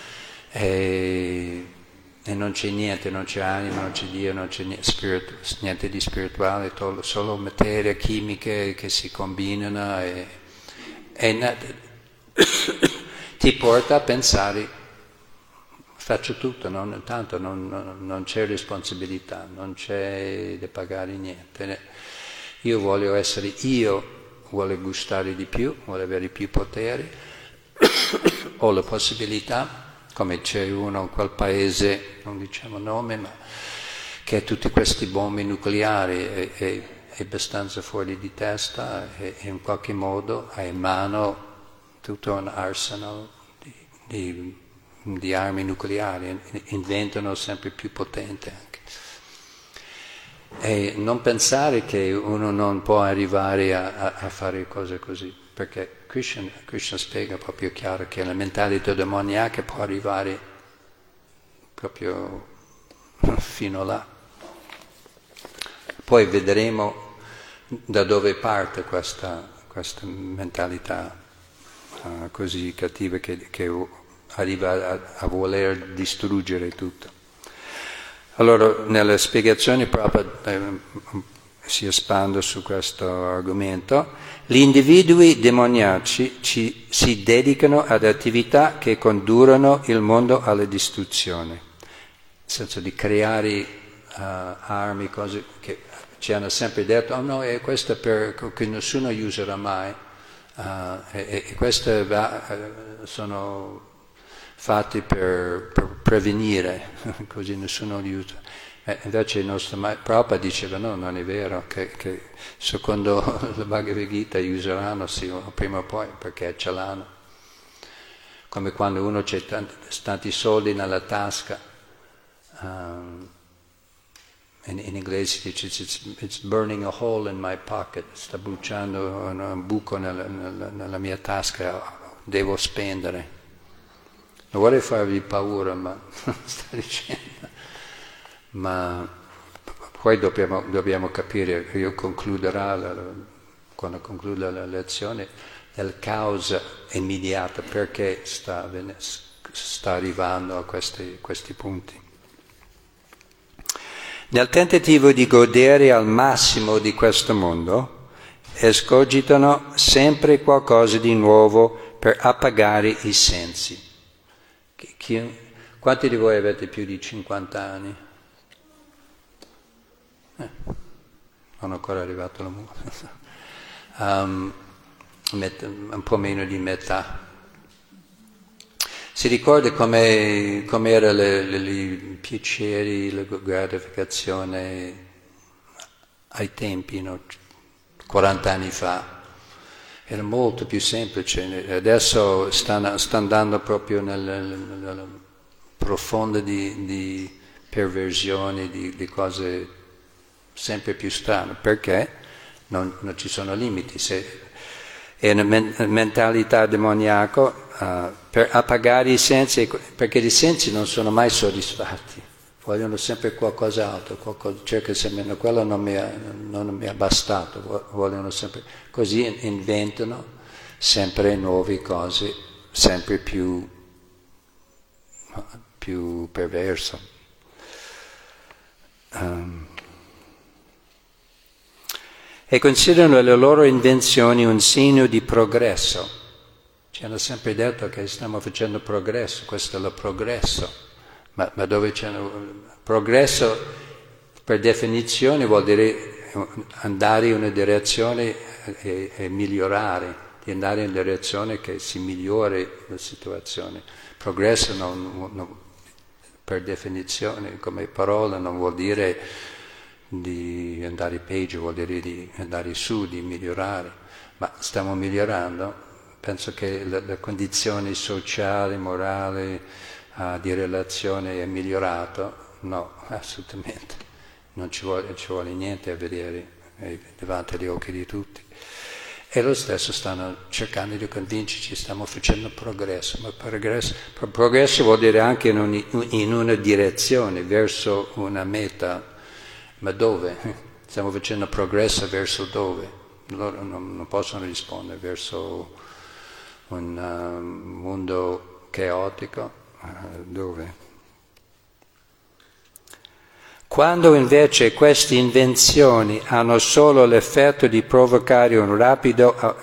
e, e non c'è niente, non c'è anima, non c'è Dio, non c'è niente, spiritu, niente di spirituale, solo materia, chimiche che si combinano e, e ti porta a pensare faccio tutto, non, tanto non, non, non c'è responsabilità, non c'è da pagare niente. Io voglio essere io, voglio gustare di più, voglio avere più poteri, ho la possibilità, come c'è uno in quel paese, non diciamo nome, ma che ha tutti questi bombe nucleari, è, è, è abbastanza fuori di testa e, e in qualche modo ha in mano tutto un arsenal di, di di armi nucleari, inventano sempre più potente anche. E non pensare che uno non può arrivare a, a, a fare cose così, perché Krishna, Krishna spiega proprio chiaro che la mentalità demoniaca può arrivare proprio fino là. Poi vedremo da dove parte questa, questa mentalità uh, così cattiva che, che arriva a, a voler distruggere tutto. Allora, nella spiegazione proprio eh, si espande su questo argomento. Gli individui demoniaci ci, si dedicano ad attività che condurranno il mondo alla distruzione, nel senso di creare uh, armi, cose che ci hanno sempre detto, oh no, è questo per, che nessuno userà mai, uh, e, e queste va, uh, sono fatti per, per prevenire, così nessuno li usa. E invece il nostro Prabhupada diceva no, non è vero, che, che secondo la Bhagavad Gita useranno sì, prima o poi, perché ce l'hanno. Come quando uno c'è tanti, tanti soldi nella tasca, um, in, in inglese si dice it's, it's burning a hole in my pocket, sta bruciando un, un buco nella, nella, nella mia tasca, devo spendere. Non vorrei farvi paura, ma sta dicendo. Ma poi dobbiamo, dobbiamo capire, io concluderò, la, quando concludo la lezione, la causa immediata, perché sta, sta arrivando a questi, questi punti. Nel tentativo di godere al massimo di questo mondo, escogitano sempre qualcosa di nuovo per appagare i sensi. Chi, quanti di voi avete più di cinquanta anni? Eh, non è ancora arrivato l'amore. um, met, un po' meno di metà. Si ricorda come, come erano i piaceri, la gratificazione ai tempi, no? quaranta anni fa? Era molto più semplice, adesso sta, sta andando proprio nella, nella profonda di, di perversioni, di, di cose sempre più strane, perché non, non ci sono limiti. Se è una men- mentalità demoniaca uh, per appagare i sensi, perché i sensi non sono mai soddisfatti, vogliono sempre qualcos'altro, qualcosa, cerca sempre, no, quello non mi, è, non mi è bastato, vogliono sempre, così inventano sempre nuove cose, sempre più, più perverso. Um, e considerano le loro invenzioni un segno di progresso. Ci hanno sempre detto che stiamo facendo progresso, questo è il progresso, ma, ma dove c'è un progresso, per definizione vuol dire andare in una direzione e, e migliorare, di andare in una direzione che si migliori la situazione. Progresso non, non, per definizione, come parola, non vuol dire di andare peggio, vuol dire di andare su, di migliorare, ma stiamo migliorando. Penso che le, le condizioni sociali, morali, uh, di relazione è migliorato? No, assolutamente. Non ci vuole, ci vuole niente a vedere è davanti agli occhi di tutti. E lo stesso stanno cercando di convincerci, stiamo facendo progresso, ma progresso, progresso vuol dire anche in, un, in una direzione, verso una meta. Ma dove? Stiamo facendo progresso verso dove? Loro non, non possono rispondere, verso un uh, mondo caotico, uh, dove? Quando invece queste invenzioni hanno solo l'effetto di provocare un rapido, uh,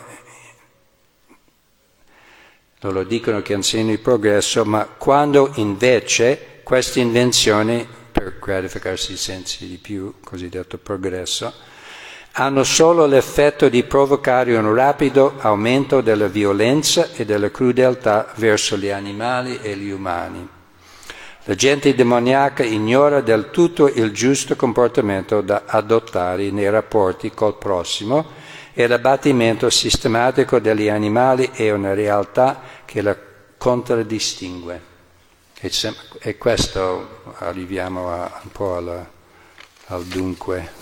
loro dicono che insegnano il progresso, ma quando invece queste invenzioni, per gratificarsi i sensi di più, cosiddetto progresso, hanno solo l'effetto di provocare un rapido aumento della violenza e della crudeltà verso gli animali e gli umani. La gente demoniaca ignora del tutto il giusto comportamento da adottare nei rapporti col prossimo e l'abbattimento sistematico degli animali è una realtà che la contraddistingue. E, sem- e questo arriviamo a, un po' alla, al dunque.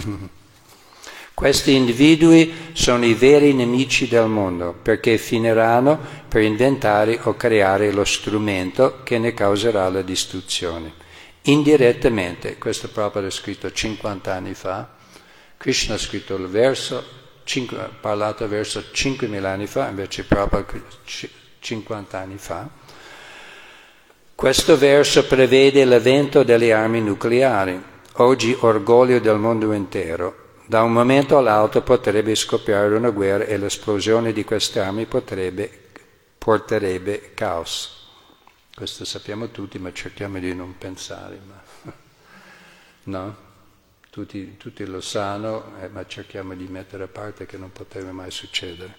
Questi individui sono i veri nemici del mondo, perché finiranno per inventare o creare lo strumento che ne causerà la distruzione. Indirettamente, questo proprio è scritto cinquanta anni fa, Krishna ha scritto il verso, cinque, ha parlato verso cinquemila anni fa, invece proprio cinquanta anni fa. Questo verso prevede l'avvento delle armi nucleari, oggi orgoglio del mondo intero. Da un momento all'altro potrebbe scoppiare una guerra e l'esplosione di queste armi potrebbe, porterebbe caos. Questo sappiamo tutti, ma cerchiamo di non pensare. Ma no? Tutti, tutti lo sanno, eh, ma cerchiamo di mettere a parte che non potrebbe mai succedere.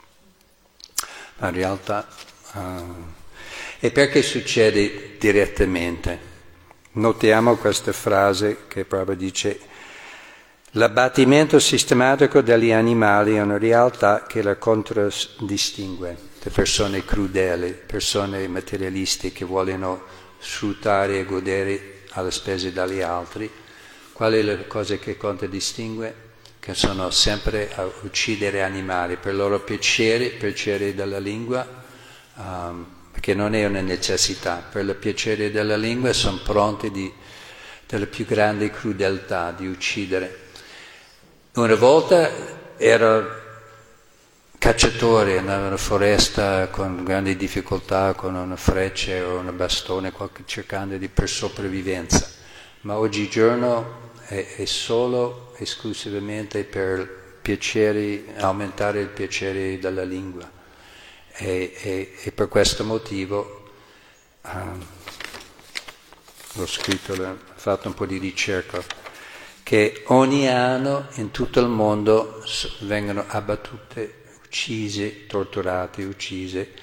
Ma in realtà... Uh, E perché succede direttamente? Notiamo questa frase che proprio dice: l'abbattimento sistematico degli animali è una realtà che la contraddistingue. Le persone crudeli, persone materialisti che vogliono sfruttare e godere alle spese degli altri. Qual è la cosa che contraddistingue? Che sono sempre a uccidere animali per loro piacere, piacere della lingua, um, che non è una necessità, per il piacere della lingua sono pronti di, della più grande crudeltà di uccidere. Una volta ero cacciatore in una foresta con grandi difficoltà, con una freccia o un bastone, qualche, cercando di per sopravvivenza, ma oggigiorno è, è solo, esclusivamente per piacere, aumentare il piacere della lingua. E, e, e per questo motivo um, l'ho scritto, ho fatto un po' di ricerca, che ogni anno in tutto il mondo vengono abbattute, uccise, torturate, uccise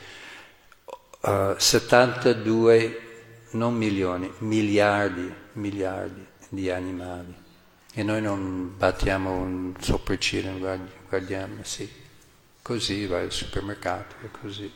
uh, settantadue, non milioni, miliardi, miliardi di animali. E noi non battiamo un sopracciglia, guardiamo, sì. Così vai al supermercato, è così.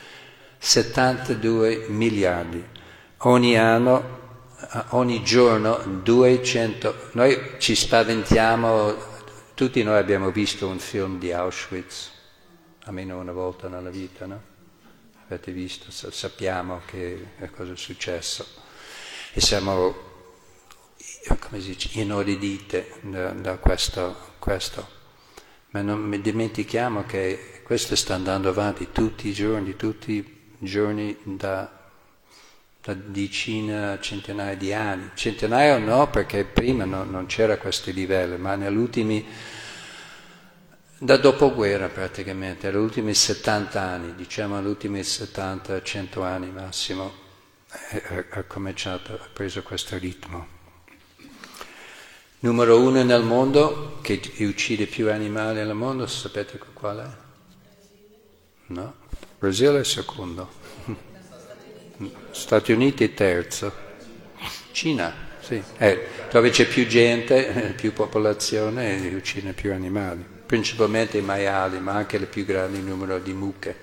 settantadue miliardi. Ogni anno, ogni giorno, duecento. Noi ci spaventiamo tutti noi abbiamo visto un film di Auschwitz, almeno una volta nella vita, no? Avete visto, sappiamo che cosa è successo e siamo, come si dice, inorridite da, da questo, questo. Ma non dimentichiamo che questo sta andando avanti tutti i giorni, tutti i giorni da, da decine, centinaia di anni. Centinaia no, perché prima no, non c'era questo livello, ma negli ultimi, da dopoguerra praticamente, negli ultimi settanta anni, diciamo negli ultimi settanta cento anni massimo, ha cominciato, ha preso questo ritmo. Numero uno nel mondo, che uccide più animali nel mondo, sapete qual è? No? Brasile è secondo. Stati Uniti terzo. Cina, sì. Eh, dove c'è più gente, più popolazione, uccide più animali. Principalmente i maiali, ma anche il più grande numero di mucche.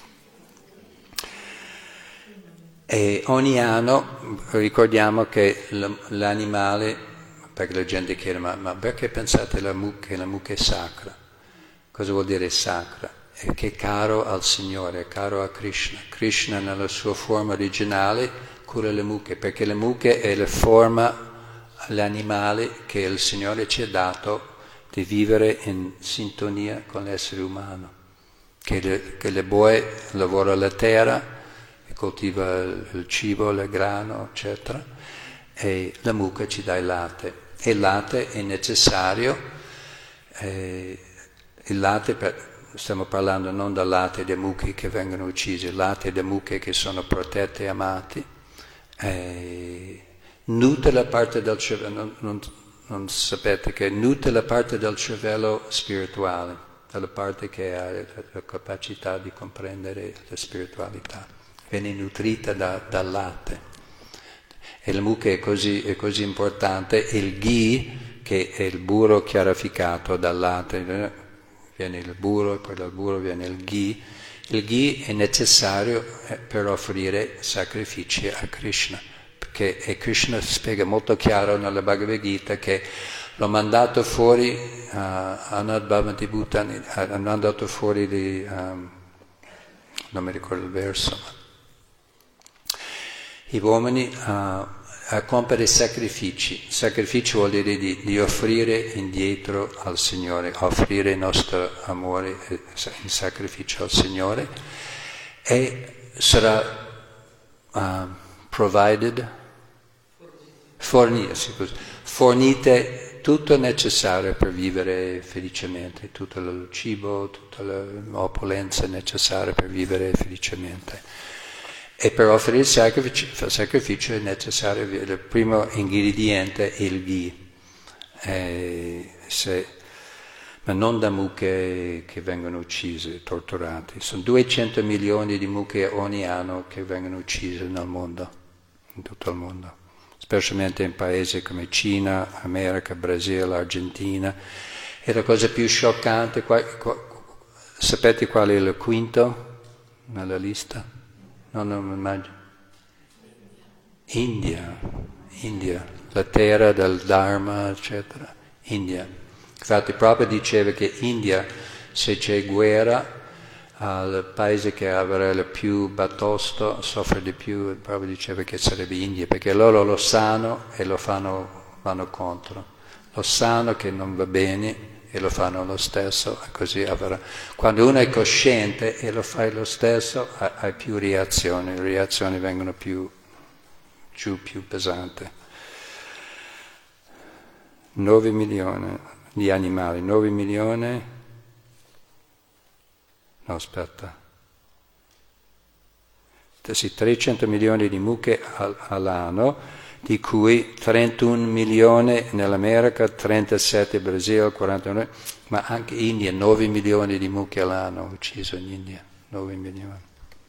E ogni anno ricordiamo che l'animale, perché la gente chiede, ma, ma perché pensate la mucca, che la mucca è sacra? Cosa vuol dire sacra? È che è caro al Signore, è caro a Krishna. Krishna nella sua forma originale cura le mucche, perché le mucche è la forma, l'animale che il Signore ci ha dato di vivere in sintonia con l'essere umano. Che le, che le boe lavora la terra, coltiva il cibo, il grano, eccetera, e la mucca ci dà il latte. E il latte è necessario, eh, il latte, per, stiamo parlando non del latte dei mucche che vengono uccisi, il latte dei mucche che sono protette e amati, eh, nutre la parte del cervello, non, non, non sapete che nutre la parte del cervello spirituale, la parte che ha la capacità di comprendere la spiritualità, viene nutrita da, dal latte. E la mucca è così, è così importante, e il ghee, che è il burro chiarificato dal latte, viene il burro e poi dal burro viene il ghee. Il ghee è necessario per offrire sacrifici a Krishna, perché e Krishna spiega molto chiaro nella Bhagavad Gita che l'ho mandato fuori, uh, Anad Bhavanti Bhutani, hanno mandato fuori di, um, non mi ricordo il verso, i uomini uh, a compiere sacrifici. Sacrificio vuol dire di, di offrire indietro al Signore, offrire il nostro amore in sacrificio al Signore, e sarà uh, provided, fornite, fornite tutto il necessario per vivere felicemente, tutto il cibo, tutta l'opulenza necessaria per vivere felicemente. E per offrire il sacrificio, il sacrificio è necessario, il primo ingrediente è il ghee, eh, se, ma non da mucche che vengono uccise, torturate. Sono duecento milioni di mucche ogni anno che vengono uccise nel mondo, in tutto il mondo, specialmente in paesi come Cina, America, Brasile, Argentina. E la cosa più scioccante, qua, qua, sapete qual è il quinto nella lista? No, non mi immagino. India, India, la terra del Dharma, eccetera. India. Infatti proprio diceva che India, se c'è guerra, al paese che avrà il più batosto, soffre di più, proprio diceva che sarebbe India, perché loro lo sanno e lo fanno, vanno contro. Lo sanno che non va bene e lo fanno lo stesso, così avrà. Quando uno è cosciente e lo fai lo stesso, hai più reazioni, le reazioni vengono più giù, più pesanti. nove milioni di animali, nove milioni, no aspetta, sì, trecento milioni di mucche all'anno, di cui trentuno milioni nell'America, trentasette in Brasile, quarantanove, ma anche in India, nove milioni di mucche all'anno ucciso in India, nove milioni.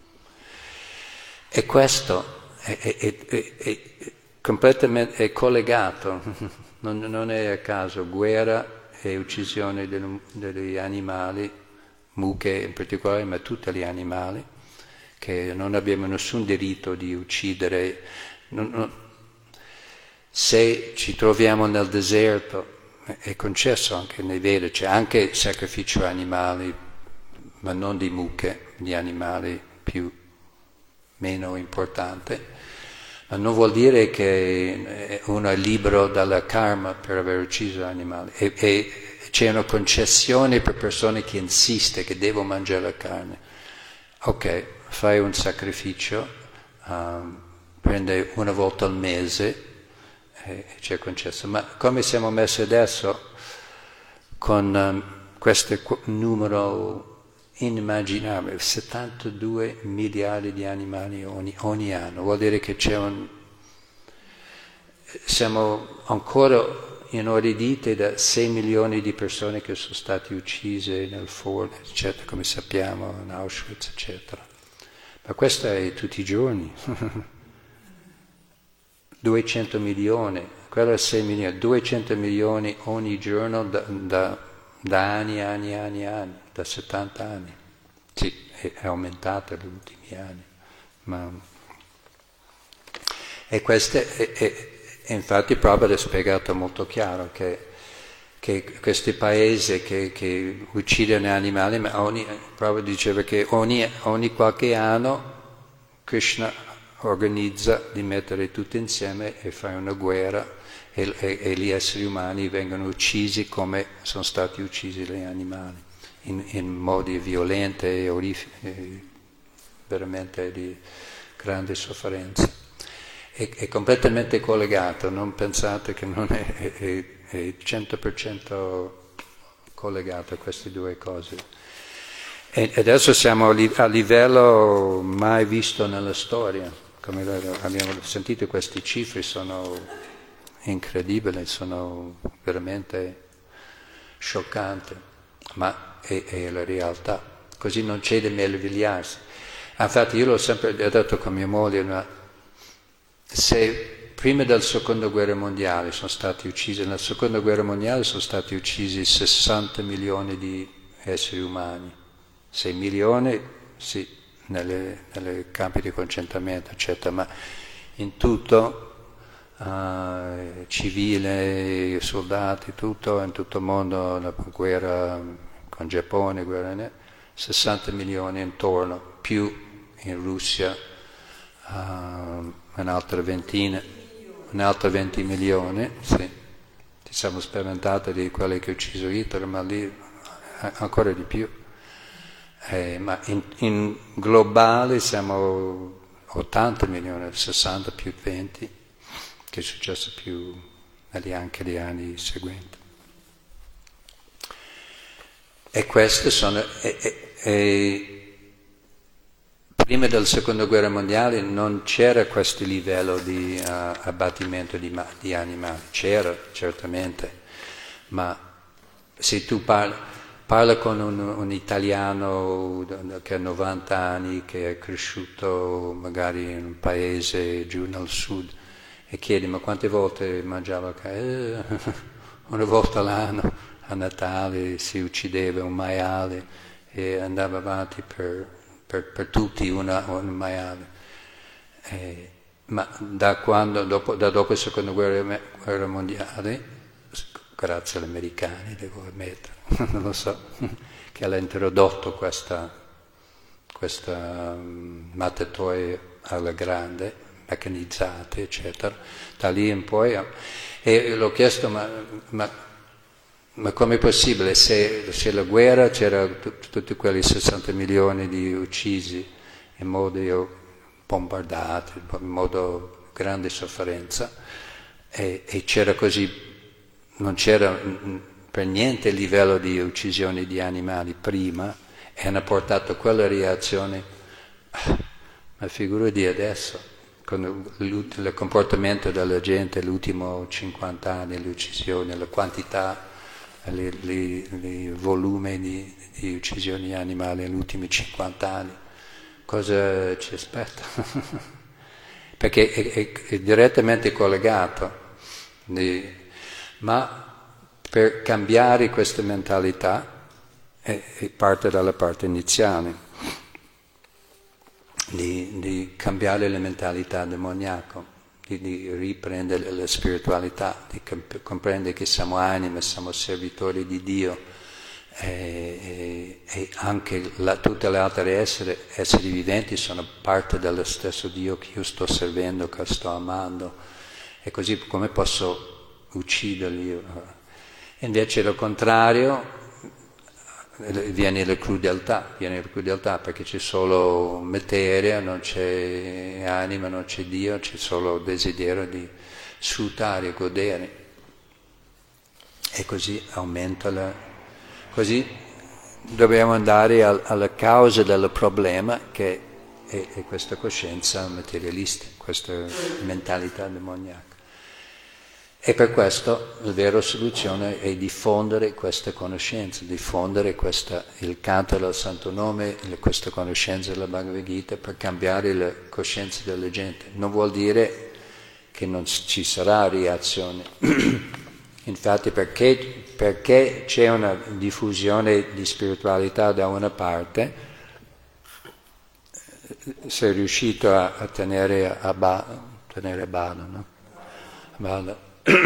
E questo è, è, è, è, è completamente è collegato, non, non è a caso, guerra e uccisione degli, degli animali, mucche in particolare, ma tutti gli animali, che non abbiamo nessun diritto di uccidere. Non, non, se ci troviamo nel deserto è concesso anche nei Veda, c'è anche sacrificio animali, ma non di mucche, di animali più meno importante, ma non vuol dire che uno è libero dalla karma per aver ucciso animali. E, e c'è una concessione per persone che insiste che devo mangiare la carne. Ok, fai un sacrificio, um, prende una volta al mese e c'è concesso. Ma come siamo messi adesso con um, questo numero inimmaginabile, settantadue miliardi di animali ogni, ogni anno, vuol dire che c'è un... siamo ancora inorriditi da sei milioni di persone che sono state uccise nel forno, eccetera, come sappiamo, in Auschwitz, eccetera. Ma questo è tutti i giorni. duecento milioni, quello è sei milioni, duecento milioni ogni giorno da, da, da anni, anni, anni, anni, da settanta anni. Sì, è, è aumentato negli ultimi anni. Ma... E questo è, è, è infatti Prabhupada ha spiegato molto chiaro che, che questi paesi che, che uccidono animali, ma ogni, Prabhupada diceva che ogni, ogni qualche anno Krishna organizza di mettere tutti insieme e fare una guerra e, e, e gli esseri umani vengono uccisi come sono stati uccisi gli animali, in, in modi violenti e orriferi, veramente di grande sofferenza. È, è completamente collegato, non pensate che non è, è, è cento per cento collegato a queste due cose. E adesso siamo a livello mai visto nella storia. Come abbiamo sentito, queste cifre sono incredibili, sono veramente scioccanti, ma è, è la realtà. Così non c'è da meravigliarsi. Infatti io l'ho sempre detto con mia moglie, ma se prima della seconda guerra mondiale sono stati uccisi, nella seconda guerra mondiale sono stati uccisi sessanta milioni di esseri umani, sei milioni, sì, nelle, nelle campi di concentramento, eccetera, ma in tutto, uh, civile, soldati, tutto, in tutto il mondo, la guerra con Giappone, guerra, sessanta milioni intorno, più in Russia, uh, un'altra ventina, un'altra venti milioni, sì. Ci siamo spaventati di quelli che ha ucciso Hitler, ma lì ancora di più. Eh, ma in, in globale siamo ottanta milioni, sessanta più venti, che è successo più negli anche gli anni seguenti. E queste sono... E, e, e, prima della seconda guerra mondiale non c'era questo livello di uh, abbattimento di, di animali, c'era certamente, ma se tu parli... Parla con un, un italiano che ha novanta anni, che è cresciuto magari in un paese giù nel sud, e chiede: ma quante volte mangiava carne? Eh, una volta l'anno, a Natale si uccideva un maiale e andava avanti per, per, per tutti una, un maiale. Eh, ma da quando, dopo, da dopo la seconda guerra, guerra mondiale, grazie agli americani, devo ammettere, non lo so, che hanno introdotto questa, questa um, mattatoie alla grande, meccanizzate, eccetera. Da lì in poi, e l'ho chiesto, ma, ma, ma com'è possibile? Se, se la guerra c'era t- tutti quelli sessanta milioni di uccisi in modo bombardati, in modo grande sofferenza, e, e c'era così... non c'era per niente il livello di uccisioni di animali prima, e hanno portato quella reazione, ma figura di adesso, con il comportamento della gente, l'ultimo cinquanta anni, le uccisioni, la quantità, il volume di, di uccisioni animali negli ultimi cinquanta anni, cosa ci aspetta? Perché è, è, è direttamente collegato. Di, ma per cambiare questa mentalità eh, parte dalla parte iniziale, di, di cambiare la mentalità demoniaca, di, di riprendere la spiritualità, di comp- comprendere che siamo anime, siamo servitori di Dio e, e, e anche la, tutte le altre esseri, esseri viventi sono parte dello stesso Dio che io sto servendo, che sto amando, e così come posso ucciderli? Invece al contrario viene la crudeltà, viene la crudeltà perché c'è solo materia, non c'è anima, non c'è Dio, c'è solo desiderio di sfruttare, godere, e così aumenta la... Così dobbiamo andare al, alla causa del problema, che è, è questa coscienza materialista, questa mentalità demoniaca. E per questo la vera soluzione è diffondere questa conoscenza, diffondere questa, il canto del Santo Nome, questa conoscenza della Bhagavad Gita, per cambiare la coscienza della gente. Non vuol dire che non ci sarà reazione. Infatti perché, perché c'è una diffusione di spiritualità da una parte, sei riuscito a, a tenere a, ba, tenere a bada, no? A bada.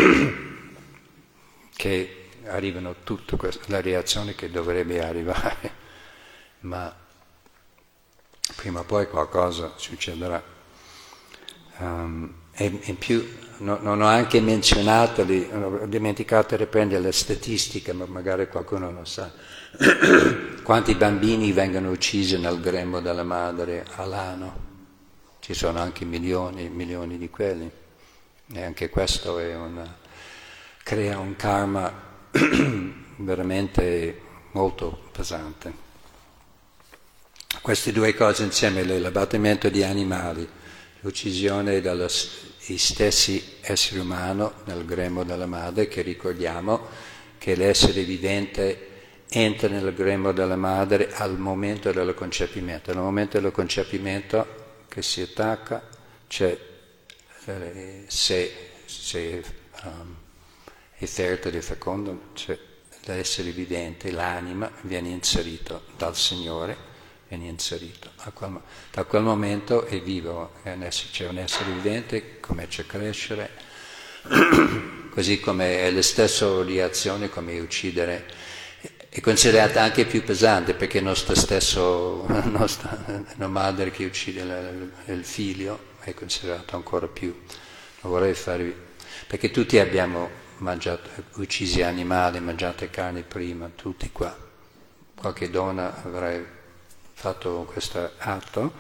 Che arrivano tutte queste, le reazioni che dovrebbe arrivare, ma prima o poi qualcosa succederà. Um, e in più no, non ho anche menzionato, li, ho dimenticato di riprendere le statistiche, ma magari qualcuno lo sa, quanti bambini vengono uccisi nel grembo della madre all'anno. Ci sono anche milioni e milioni di quelli. E anche questo è una, crea un karma veramente molto pesante. Queste due cose insieme, l'abbattimento di animali, l'uccisione degli stessi esseri umani nel grembo della madre, che ricordiamo che l'essere vivente entra nel grembo della madre al momento del concepimento. Nel momento del concepimento che si attacca c'è se, se um, è fertile e fecondo, cioè l'essere vivente, l'anima viene inserito dal Signore, viene inserito. A quel, da quel momento è vivo, è un essere, c'è un essere vivente, comincia a crescere, così come è la stessa reazione come uccidere. È considerata anche più pesante perché il nostro stesso, la nostra la madre che uccide la, il figlio è considerato ancora più. Non vorrei farvi, perché tutti abbiamo mangiato, uccisi animali, mangiato carne prima, tutti qua. Qualche donna avrà fatto questo atto,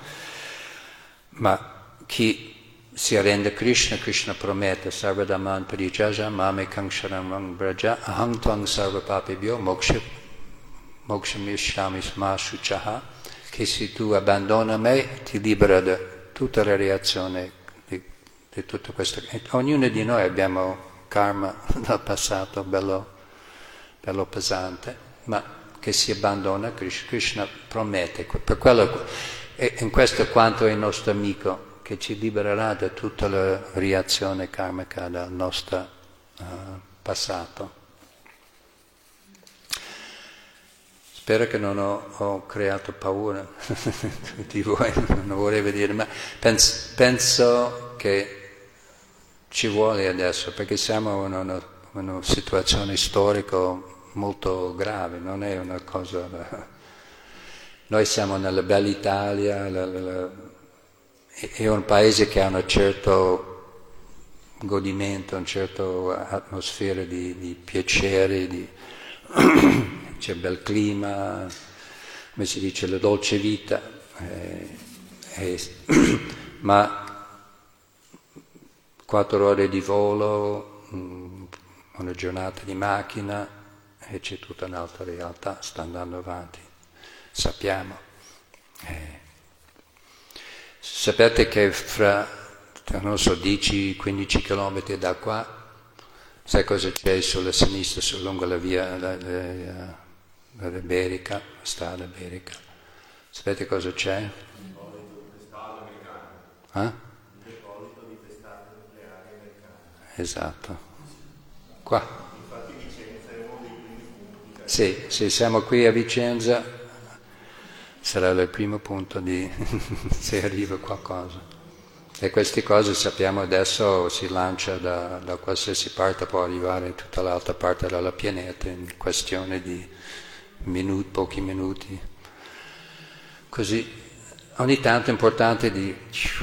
ma chi si arrende a Krishna, Krishna promette Sarvadaman Parijaja Mame Kangsharam Braja Aham Tvang Sarvapapibhyo Moksha Moksham Yashyami Sma Shuchaha, che se tu abbandona me ti libera da tutta la reazione di, di tutto questo. Ognuno di noi abbiamo karma dal passato bello, bello pesante, ma che si abbandona, Krishna, Krishna promette, per quello, e in questo quanto è il nostro amico, che ci libererà da tutta la reazione karmica del nostro uh, passato. Spero che non ho, ho creato paura di voi, non vorrei dire, ma penso, penso che ci vuole adesso, perché siamo in una, una situazione storica molto grave, non è una cosa... Noi siamo nella bella Italia, la, la, la, è un paese che ha un certo godimento, una certa atmosfera di, di piacere, di... c'è bel clima, come si dice, la dolce vita, eh, eh, ma quattro ore di volo, mh, una giornata di macchina e c'è tutta un'altra realtà, sta andando avanti, sappiamo. Eh, sapete che fra, non so, dieci quindici chilometri da qua, sai cosa c'è sulla sinistra, su, lungo la via, la, la, Berica, la strada Berica. Sapete cosa c'è? Il deposito di testate americane. Eh? Il deposito di testate nucleari americane. Esatto. Qua. Infatti Vicenza è uno dei primi punti. Sì, se siamo qui a Vicenza sarà il primo punto di se arriva qualcosa. E queste cose sappiamo adesso si lancia da, da qualsiasi parte, può arrivare in tutta l'altra parte della pianeta in questione di minuti, pochi minuti. Così ogni tanto è importante di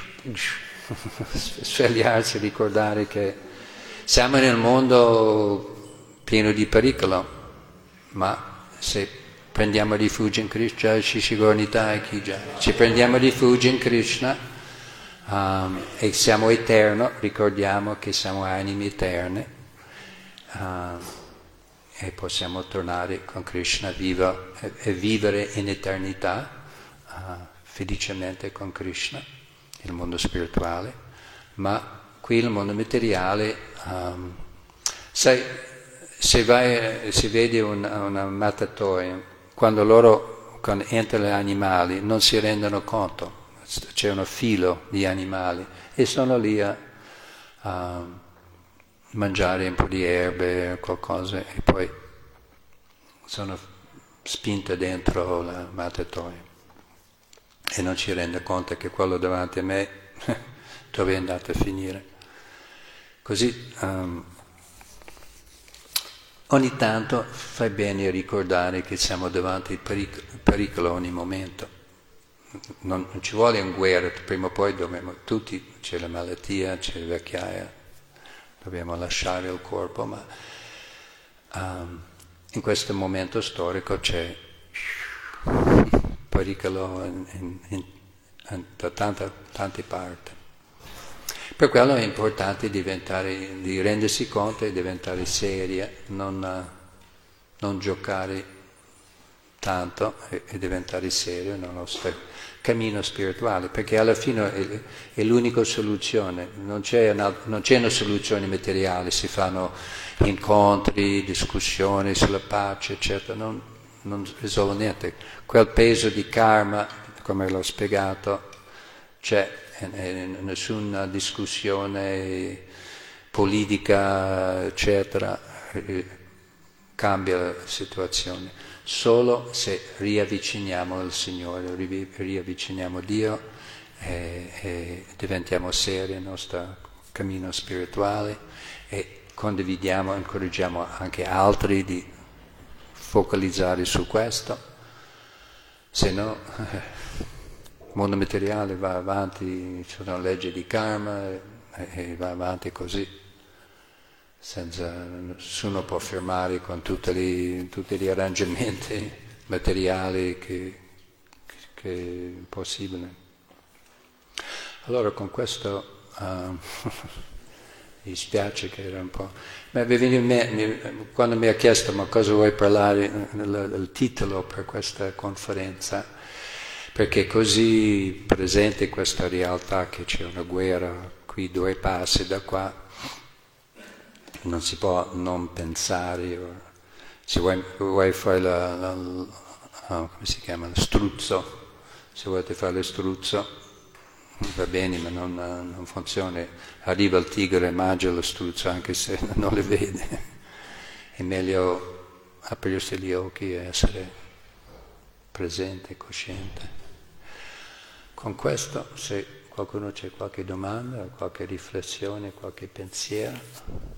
svegliarsi, ricordare che siamo nel mondo pieno di pericolo, ma se prendiamo rifugio in Krishna, ci prendiamo rifugio in Krishna, Um, e siamo eterni, ricordiamo che siamo anime eterne uh, e possiamo tornare con Krishna viva e, e vivere in eternità uh, felicemente con Krishna, il mondo spirituale. Ma qui il mondo materiale, um, sai, se vai, si vede un, una mattatoia, quando loro con, entrano gli animali non si rendono conto. C'è uno filo di animali e sono lì a, a mangiare un po' di erbe o qualcosa e poi sono spinte dentro la mattatoia e non ci rende conto che quello davanti a me dove è andato a finire. Così um, ogni tanto fai bene a ricordare che siamo davanti al pericolo, pericolo ogni momento. Non, non ci vuole una guerra, prima o poi dobbiamo, tutti, c'è la malattia, c'è la vecchiaia, dobbiamo lasciare il corpo, ma um, in questo momento storico c'è pericolo in, in, in, in, da tante, tante parti. Per quello è importante diventare, di rendersi conto e diventare seria, non, uh, non giocare tanto e, e diventare serio nel nostro cammino spirituale, perché alla fine è, è l'unica soluzione, non c'è, una, non c'è una soluzione materiale, si fanno incontri, discussioni sulla pace, eccetera, non, non risolve niente. Quel peso di karma, come l'ho spiegato, c'è, e nessuna discussione politica, eccetera, cambia la situazione. Solo se riavviciniamo il Signore, riavviciniamo Dio e, e diventiamo seri nel nostro cammino spirituale e condividiamo, incoraggiamo anche altri di focalizzare su questo, se no il mondo materiale va avanti, c'è una legge di karma e, e va avanti così. Senza, nessuno può fermare con tutti gli, tutti gli arrangiamenti materiali che, che è possibile. Allora con questo uh, mi dispiace che era un po'... Ma me, quando mi ha chiesto ma cosa vuoi parlare, il, il titolo per questa conferenza, perché così presente questa realtà che c'è una guerra qui due passi da qua, non si può non pensare, o, se vuoi, vuoi fare la, la, la, come si chiama, lo struzzo, se volete fare lo struzzo va bene, ma non, non funziona, arriva il tigre e mangia lo struzzo anche se non le vede, è meglio aprirsi gli occhi e essere presente, cosciente. Con questo, se qualcuno c'è qualche domanda, qualche riflessione, qualche pensiero.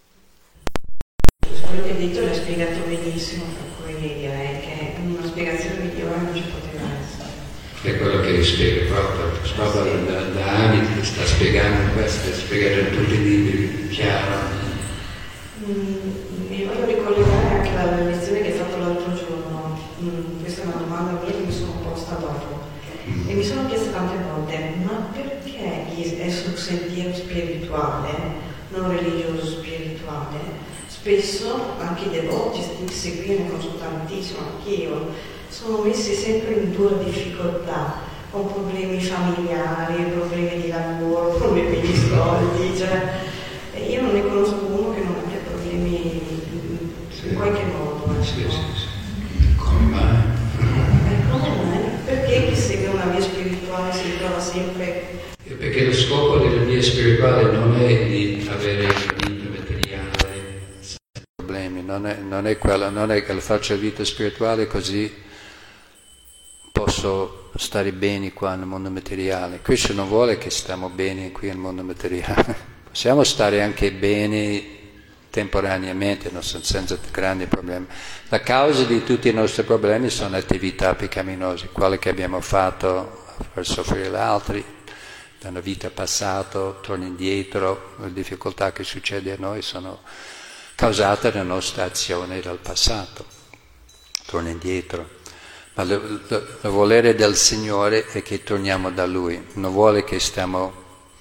Quello che hai detto l'hai spiegato benissimo, per cui direi che una spiegazione migliore non ci poteva essere. È quello che spiega proprio, proprio da, da anni ti sta spiegando questo, è spiegato in tutti i libri, chiaro. Mm, mi voglio ricollegare anche alla lezione che hai fatto l'altro giorno. Mm, questa è una domanda mia che mi sono posta dopo. Mm. E mi sono chiesta tante volte, ma perché è sul sentiero spirituale, non religioso spirituale? Spesso anche i devoti che seguire, ne conosco tantissimo, anch'io, sono messi sempre in dura difficoltà, con problemi familiari, problemi di lavoro, problemi di soldi, cioè, io non ne conosco uno che non abbia problemi sì. in qualche modo. Sì, sì, sì. Come mai? Eh, come mai? Perché chi segue una via spirituale si trova sempre... Perché lo scopo della via spirituale non è di avere vita materiale, problemi, non è, non è quello, non è che faccio vita spirituale così posso stare bene qua nel mondo materiale. Krishna non vuole che stiamo bene qui nel mondo materiale. Possiamo stare anche bene temporaneamente, non senza grandi problemi. La causa di tutti i nostri problemi sono attività peccaminose, quelle che abbiamo fatto per soffrire gli altri, nella vita passata, torno indietro, le difficoltà che succedono a noi sono causate dalla nostra azione del passato. Torno indietro. Ma il volere del Signore è che torniamo da Lui, non vuole che stiamo,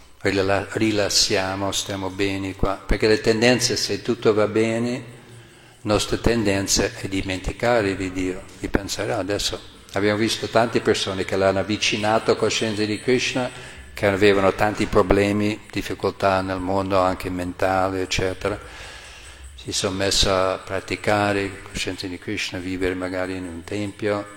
rilassiamo, stiamo bene qua, perché le tendenze, se tutto va bene, la nostra tendenza è dimenticare di Dio, di pensare, ah, adesso abbiamo visto tante persone che l'hanno avvicinato a coscienza di Krishna, che avevano tanti problemi, difficoltà nel mondo, anche mentali, eccetera, si sono messi a praticare coscienza di Krishna, vivere magari in un tempio,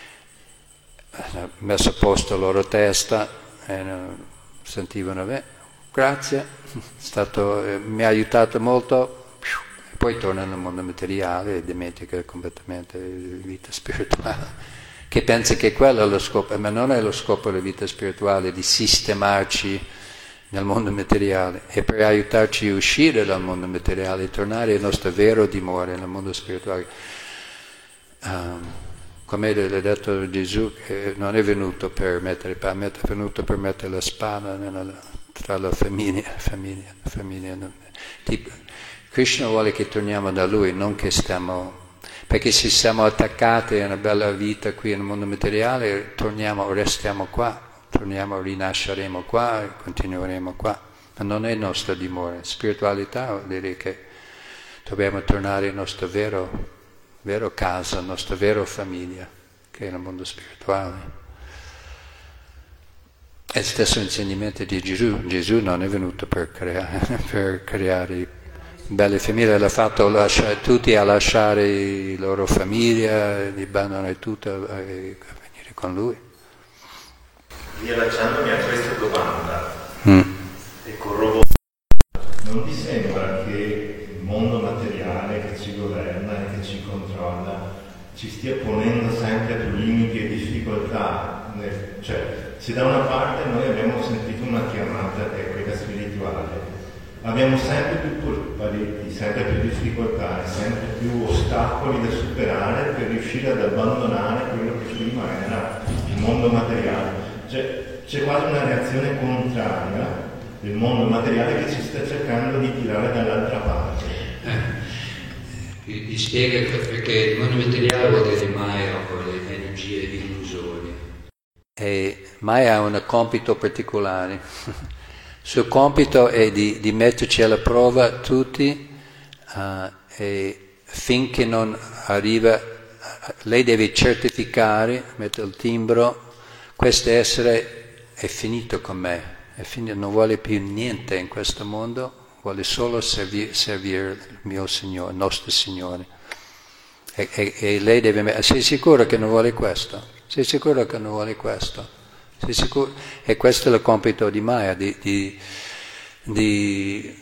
hanno messo a posto la loro testa e sentivano, beh, grazie, è stato, eh, mi ha aiutato molto, e poi tornano al mondo materiale e dimenticano completamente la vita spirituale, che pensa che quello è lo scopo, ma non è lo scopo della vita spirituale di sistemarci nel mondo materiale, è per aiutarci a uscire dal mondo materiale e tornare al nostro vero dimora nel mondo spirituale. Um, Come ha detto Gesù, che non è venuto per mettere pane, è venuto per mettere la spada nella, tra la famiglia. famiglia, famiglia. Tipo, Krishna vuole che torniamo da Lui, non che stiamo... Perché se siamo attaccati a una bella vita qui nel mondo materiale, torniamo, restiamo qua, torniamo, rinasceremo qua e continueremo qua. Ma non è il nostro dimora. Spiritualità vuol dire che dobbiamo tornare al nostro vero... vero casa, la nostra vera famiglia, che è il mondo spirituale. È il stesso insegnamento di Gesù. Gesù non è venuto per creare, per creare belle famiglie, l'ha fatto lasciare, tutti a lasciare la loro famiglia, di abbandonare tutto e venire con Lui. Riallacciandomi a questa domanda, Mm. e corroborando, non ti sembra che il mondo materiale che ci governa e che ci controlla ci stia ponendo sempre più limiti e difficoltà? Nel, cioè, se da una parte noi abbiamo sentito una chiamata che è quella spirituale, abbiamo sempre più paletti, sempre più difficoltà e sempre più ostacoli da superare per riuscire ad abbandonare quello che prima era il mondo materiale. Cioè, c'è quasi una reazione contraria del mondo materiale che ci sta cercando di tirare dall'altra parte. Eh, vi spiega perché il mondo materiale vuol dire Maya o le energie illusorie. E Maya ha un compito particolare. Il suo compito è di, di metterci alla prova tutti uh, e finché non arriva, lei deve certificare, mettere il timbro, questo essere è finito con me, è finito, non vuole più niente in questo mondo, vuole solo servire, servire il mio Signore, il nostro Signore. E, e, e lei deve, sei sicuro che non vuole questo? Sei sicuro che non vuole questo? Sei sicuro? E questo è il compito di Maya, di, di, di...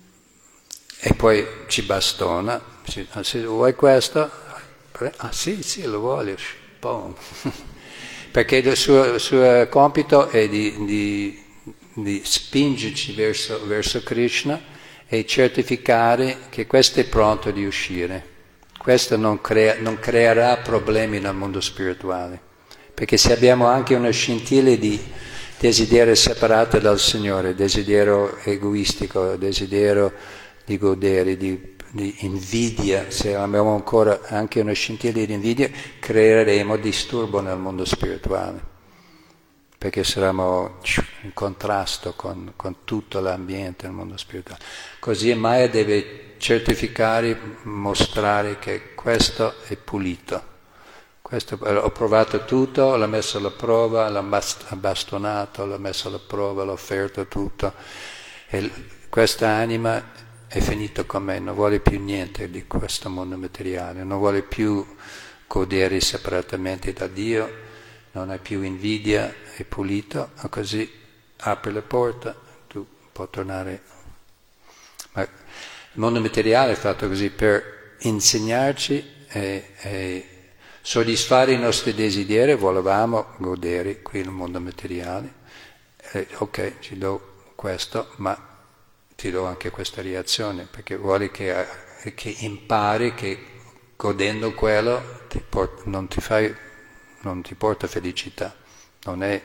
e poi ci bastona. Se vuoi questo? Ah sì, sì, lo voglio. Boom. Perché il suo, il suo compito è di, di, di spingerci verso, verso Krishna e certificare che questo è pronto di uscire. Questo non, crea, non creerà problemi nel mondo spirituale. Perché se abbiamo anche una scintilla di desiderio separato dal Signore, desiderio egoistico, desiderio di godere, di, di invidia, se abbiamo ancora anche una scintilla di invidia, creeremo disturbo nel mondo spirituale, perché saremo in contrasto con, con tutto l'ambiente nel mondo spirituale. Così Maya deve certificare, mostrare che questo è pulito. Questo, ho provato tutto, l'ho messo alla prova, l'ho bastonato, l'ho messo alla prova, l'ho offerto tutto. E questa anima è finita con me, non vuole più niente di questo mondo materiale, non vuole più godere separatamente da Dio, non ha più invidia, è pulito, e così apri la porta, tu puoi tornare. Ma il mondo materiale è fatto così per insegnarci e, e soddisfare i nostri desideri, volevamo godere qui nel mondo materiale, e, ok, ti do questo, ma ti do anche questa reazione, perché vuole che, che impari che godendo quello ti port- non, ti fai, non ti porta felicità, non è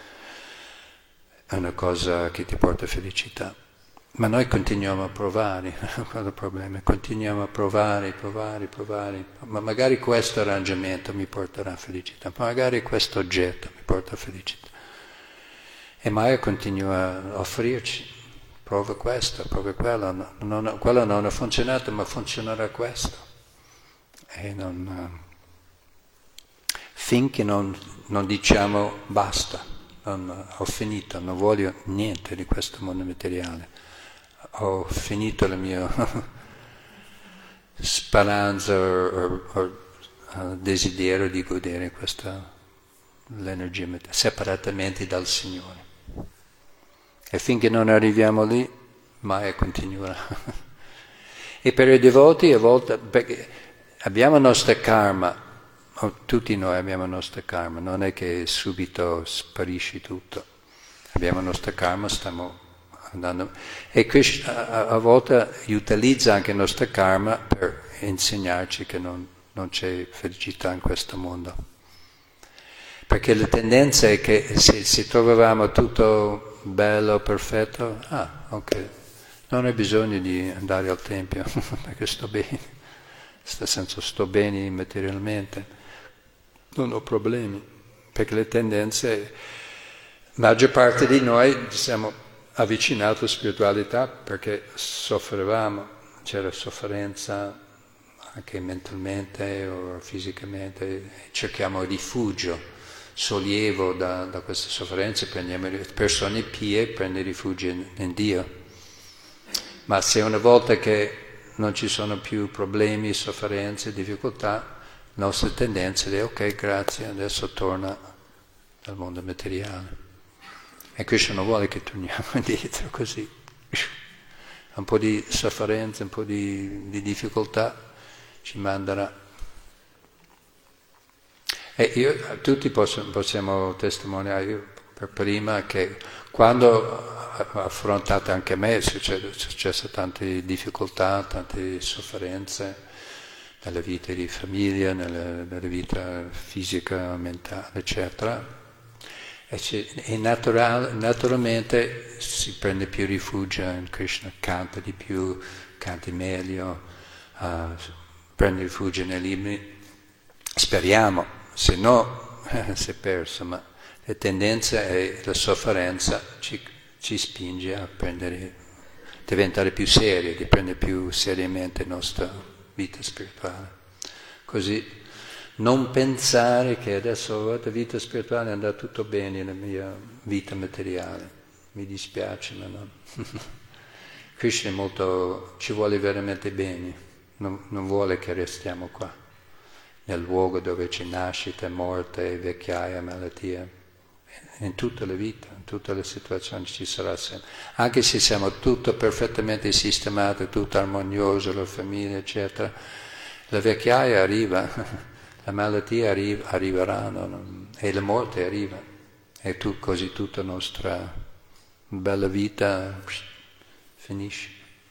una cosa che ti porta felicità. Ma noi continuiamo a provare, quello è il problema, continuiamo a provare, provare, provare, ma magari questo arrangiamento mi porterà felicità, ma magari questo oggetto mi porta felicità. E Maya continua a offrirci, prova questo, prova quello, no, non, quello non ha funzionato, ma funzionerà questo. E non, finché non, non diciamo basta, non, ho finito, non voglio niente di questo mondo materiale. Ho finito la mia speranza o, o, o desiderio di godere questa l'energia separatamente dal Signore. E finché non arriviamo lì, Maya continuerà. E per i devoti a volte, perché abbiamo il nostro karma, tutti noi abbiamo il nostro karma, non è che subito sparisce tutto. Abbiamo il nostro karma, stiamo andando. E Krishna a, a volte utilizza anche il nostro karma per insegnarci che non, non c'è felicità in questo mondo. Perché la tendenza è che se, se trovavamo tutto bello, perfetto, ah, ok, non hai bisogno di andare al tempio, perché sto bene, nel senso sto bene materialmente, non ho problemi, perché le tendenze, la maggior parte di noi siamo avvicinati alla spiritualità perché soffrivamo, c'era sofferenza anche mentalmente o fisicamente, cerchiamo rifugio, sollievo da, da queste sofferenze, prendiamo persone pie, prende rifugio in, in Dio. Ma se una volta che non ci sono più problemi, sofferenze, difficoltà, la nostra tendenza è ok, grazie, adesso torna al mondo materiale. E Krishna non vuole che torniamo indietro così. Un po' di sofferenza, un po' di, di difficoltà ci manderà. E io, tutti posso, possiamo testimoniare, io per prima, che quando ho affrontato anche me, è successo tante difficoltà, tante sofferenze nella vita di famiglia, nella, nella vita fisica, mentale, eccetera. E natural, naturalmente si prende più rifugio in Krishna, canta di più, canta meglio, uh, prende rifugio nei libri. Speriamo, se no si è perso, ma la tendenza e la sofferenza ci, ci spinge a prendere, diventare più serie, di prendere più seriamente la nostra vita spirituale. Così non pensare che adesso la vita spirituale è andata tutto bene nella mia vita materiale, mi dispiace, ma no. Krishna è molto, ci vuole veramente bene, non, non vuole che restiamo qua, nel luogo dove c'è nascita, morte, vecchiaia, malattia. In tutta la vita, in tutte le situazioni ci sarà sempre. Anche se siamo tutto perfettamente sistemato, tutto armonioso, la famiglia, eccetera, la vecchiaia arriva. La malattia arriva, arriverà no? E la morte arriva e tu, così tutta la nostra bella vita psh, finisce.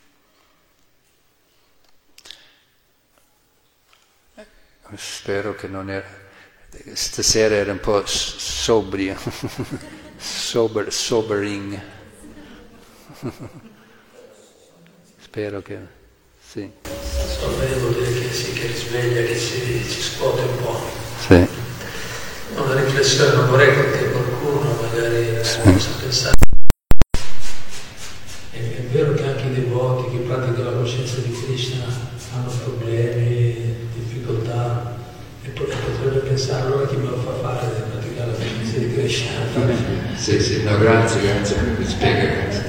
Spero che non era... Stasera era un po' sobrio, sober, sobering. Spero che... sì. Devo dire che sì, che risveglia, che si, si scuote un po'. Sì. Una riflessione, non vorrei che qualcuno magari sì. possa pensare. È, è vero che anche i devoti che praticano la coscienza di Krishna hanno problemi, difficoltà, e potrebbe pensare allora chi me lo fa fare di praticare la coscienza di Krishna. Sì, sì, no, grazie, grazie per mi spiega.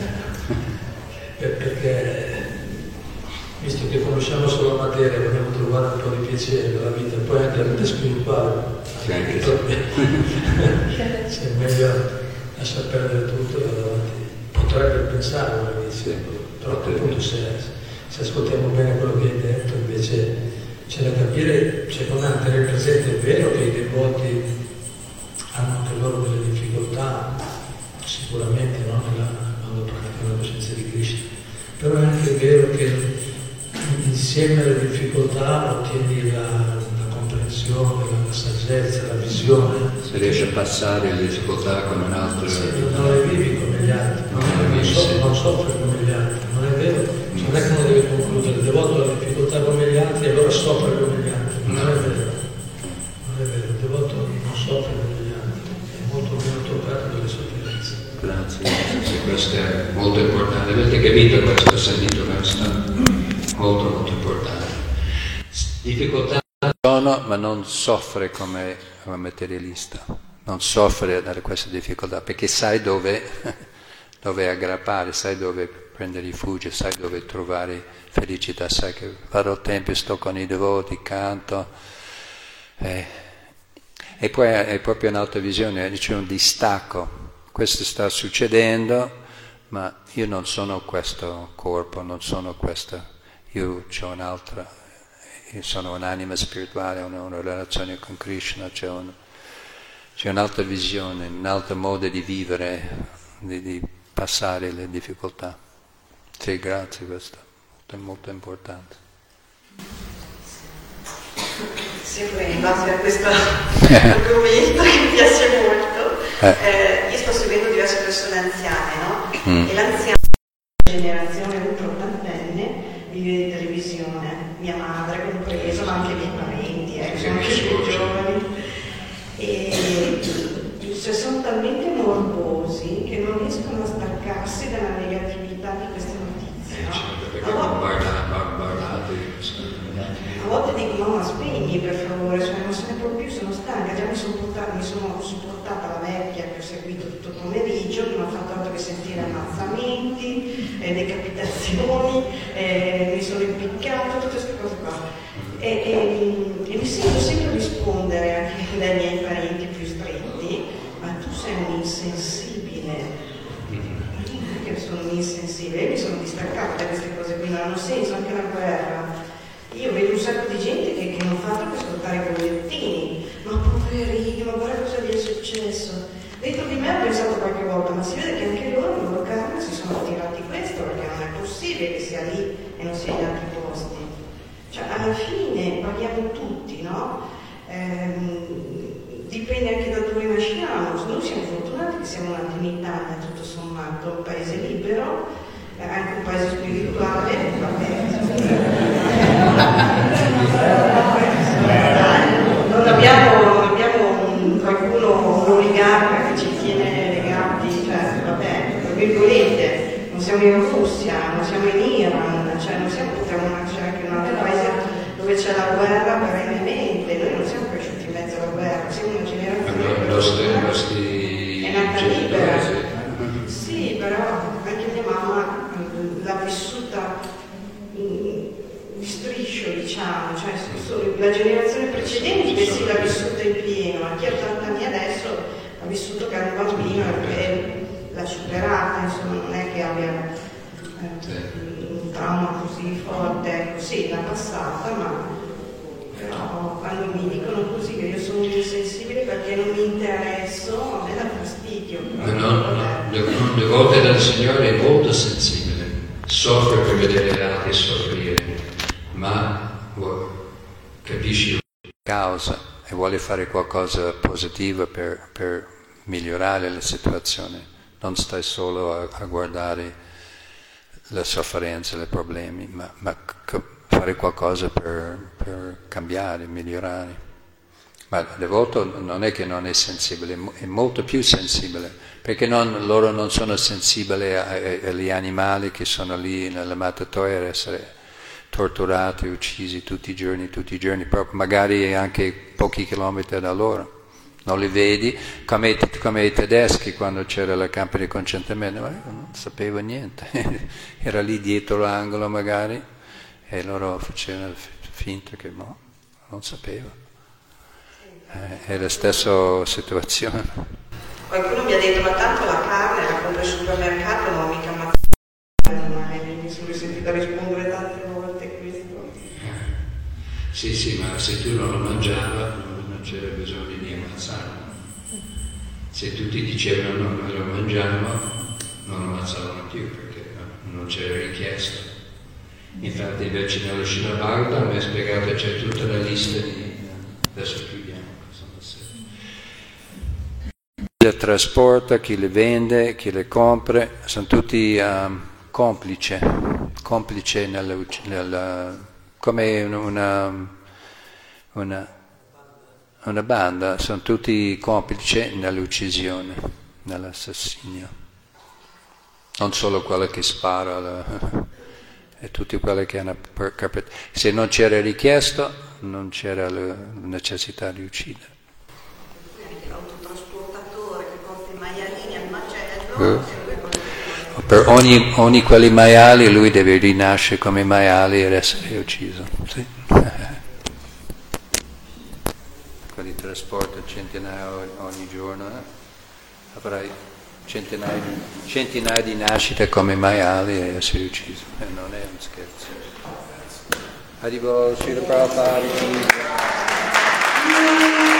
Perché visto che conosciamo solo la materia, vogliamo trovare un po' di piacere nella vita, poi anche la vita spirituale. Sì, anche se è meglio lasciar perdere tutto e andare avanti. Potrebbe pensare all'inizio, sì, però appunto se, se ascoltiamo bene quello che hai detto, invece c'è da capire, secondo me, tenere presente, è vero che i devoti hanno anche loro delle difficoltà, sicuramente, no? Nella, quando praticano la coscienza di Krishna, però è anche vero che insieme alle difficoltà ottieni la, la comprensione, la, la saggezza, la visione. Se riesci a passare le difficoltà con un altro... Sì, non le vivi come gli altri, non, non, non, so, non soffri come gli altri, non è vero? Cioè, non è che uno deve concludere, il devoto ha la difficoltà come gli altri e allora soffre come gli altri, non è vero. Non è vero, il devoto non soffre come gli altri, è molto meno toccato dalle sofferenze. Grazie, sì, questo è molto importante. Avete capito questo? Sentito questo? Molto molto importante. Difficoltà sono, ma non soffre come, come materialista, non soffre da queste difficoltà, perché sai dove, dove aggrappare, sai dove prendere rifugio, sai dove trovare felicità, sai che vado al tempio, sto con i devoti, canto. Eh. E poi è proprio un'altra visione, c'è un distacco. Questo sta succedendo, ma io non sono questo corpo, non sono questa, io ho un'altra, io sono un'anima spirituale, ho una, una relazione con Krishna, c'è, un, c'è un'altra visione, un altro modo di vivere, di, di passare le difficoltà. Sì, grazie, questo è molto importante. Sempre in base a questo argomento che mi piace molto, eh. Eh, io sto seguendo diverse persone anziane, no? Mm. E l'anziana generazione ultra ottantenne vive di televisione, mia madre compreso, ma anche i miei parenti, eh, sono anche più giovani. E cioè, sono talmente morbosi che non riescono a staccarsi dalla negatività di queste notizie. No? A volte dico, mamma, spegni per favore, cioè non se ne può più, sono stanca, già mi sono portata, mi sono supportata la vecchia che ho seguito tutto il pomeriggio, che mi ha fatto altro che sentire ammazzamenti, eh, decapitazioni, eh, mi sono impiccata, tutte queste cose qua. E, e, e mi sento sempre rispondere anche dai miei parenti più stretti, ma tu sei un insensibile. Non è che sono un insensibile, io mi sono distaccata da queste cose qui, non hanno senso, anche la guerra. Io vedo un sacco di gente che, che non fa altro che ascoltare i bollettini, ma poverini, ma guarda cosa gli è successo. Dentro di me ho pensato qualche volta, ma si vede che anche loro, in loro carne, si sono tirati questo, perché non è possibile che sia lì e non sia in altri posti. Cioè, alla fine paghiamo tutti, no? Ehm, dipende anche da dove nasciamo. Noi siamo fortunati che siamo nati in Italia, tutto sommato, un paese libero, eh, anche un paese spirituale, vabbè. Non abbiamo, non abbiamo un, qualcuno, un oligarca che ci tiene legati, cioè, vabbè, tra virgolette, non siamo in Russia, non siamo in Iran, cioè non siamo, potremmo nascere anche in un altro paese dove c'è la guerra perennemente, noi non siamo cresciuti in mezzo alla guerra, siamo una generazione che è nata libera. Sì, però anche mia mamma l'ha vissuta in striscio, diciamo, cioè la generazione precedente sì l'ha vissuta in pieno, ma chi ha ottanta anni adesso ha vissuto che era un bambino e l'ha superata, insomma, non è che abbia eh, un trauma così forte, sì, l'ha passata, ma però quando mi dicono così che io sono insensibile perché non mi interesso, a me dà fastidio. No, no, no. Le volte del Signore è molto sensibile, soffre per vedere gli altri soffrire, ma capisci la causa e vuole fare qualcosa positivo per, per migliorare la situazione. Non stai solo a, a guardare le sofferenze, i problemi, ma, ma fare qualcosa per, per cambiare, migliorare. Ma il devoto non è che non è sensibile, è molto più sensibile, perché non, loro non sono sensibili agli animali che sono lì nelle mattatoie ad essere torturati, uccisi tutti i giorni, tutti i giorni, magari anche pochi chilometri da loro. Non li vedi, come, come i tedeschi quando c'era la campo di concentramento, ma io non sapevo niente, era lì dietro l'angolo magari e loro facevano finta che no, non sapevo. Eh, è la stessa situazione. Qualcuno mi ha detto, ma tanto la carne la compri al supermercato, non mica ammazzare, mi sono sentita rispondere tante volte questo. Sì, sì, ma se tu non lo mangiava non c'era bisogno di ammazzarlo. Se tutti dicevano no, noi lo mangiamo, non lo ammazzavano più perché non c'era richiesta. Infatti invece nello Srimad Bhagavatam mi ha spiegato che c'è tutta la lista di... Adesso chiudiamo. Chi le trasporta, chi le vende, chi le compra, sono tutti um, complici, complice nella, nella, come una, una, una banda, sono tutti complici nell'uccisione, nell'assassinio. Non solo quello che spara, la, e tutti quelli che hanno perpetrato. Se non c'era richiesto, non c'era la necessità di uccidere. Per ogni, ogni quali maiali lui deve rinascere come maiali ed essere ucciso. Sì. Quelli trasporta centinaia ogni giorno, eh? Avrai centinaia di, centinaia di nascite come maiali ed essere ucciso. E non è un scherzo. Haribol, Srila Prabhupada.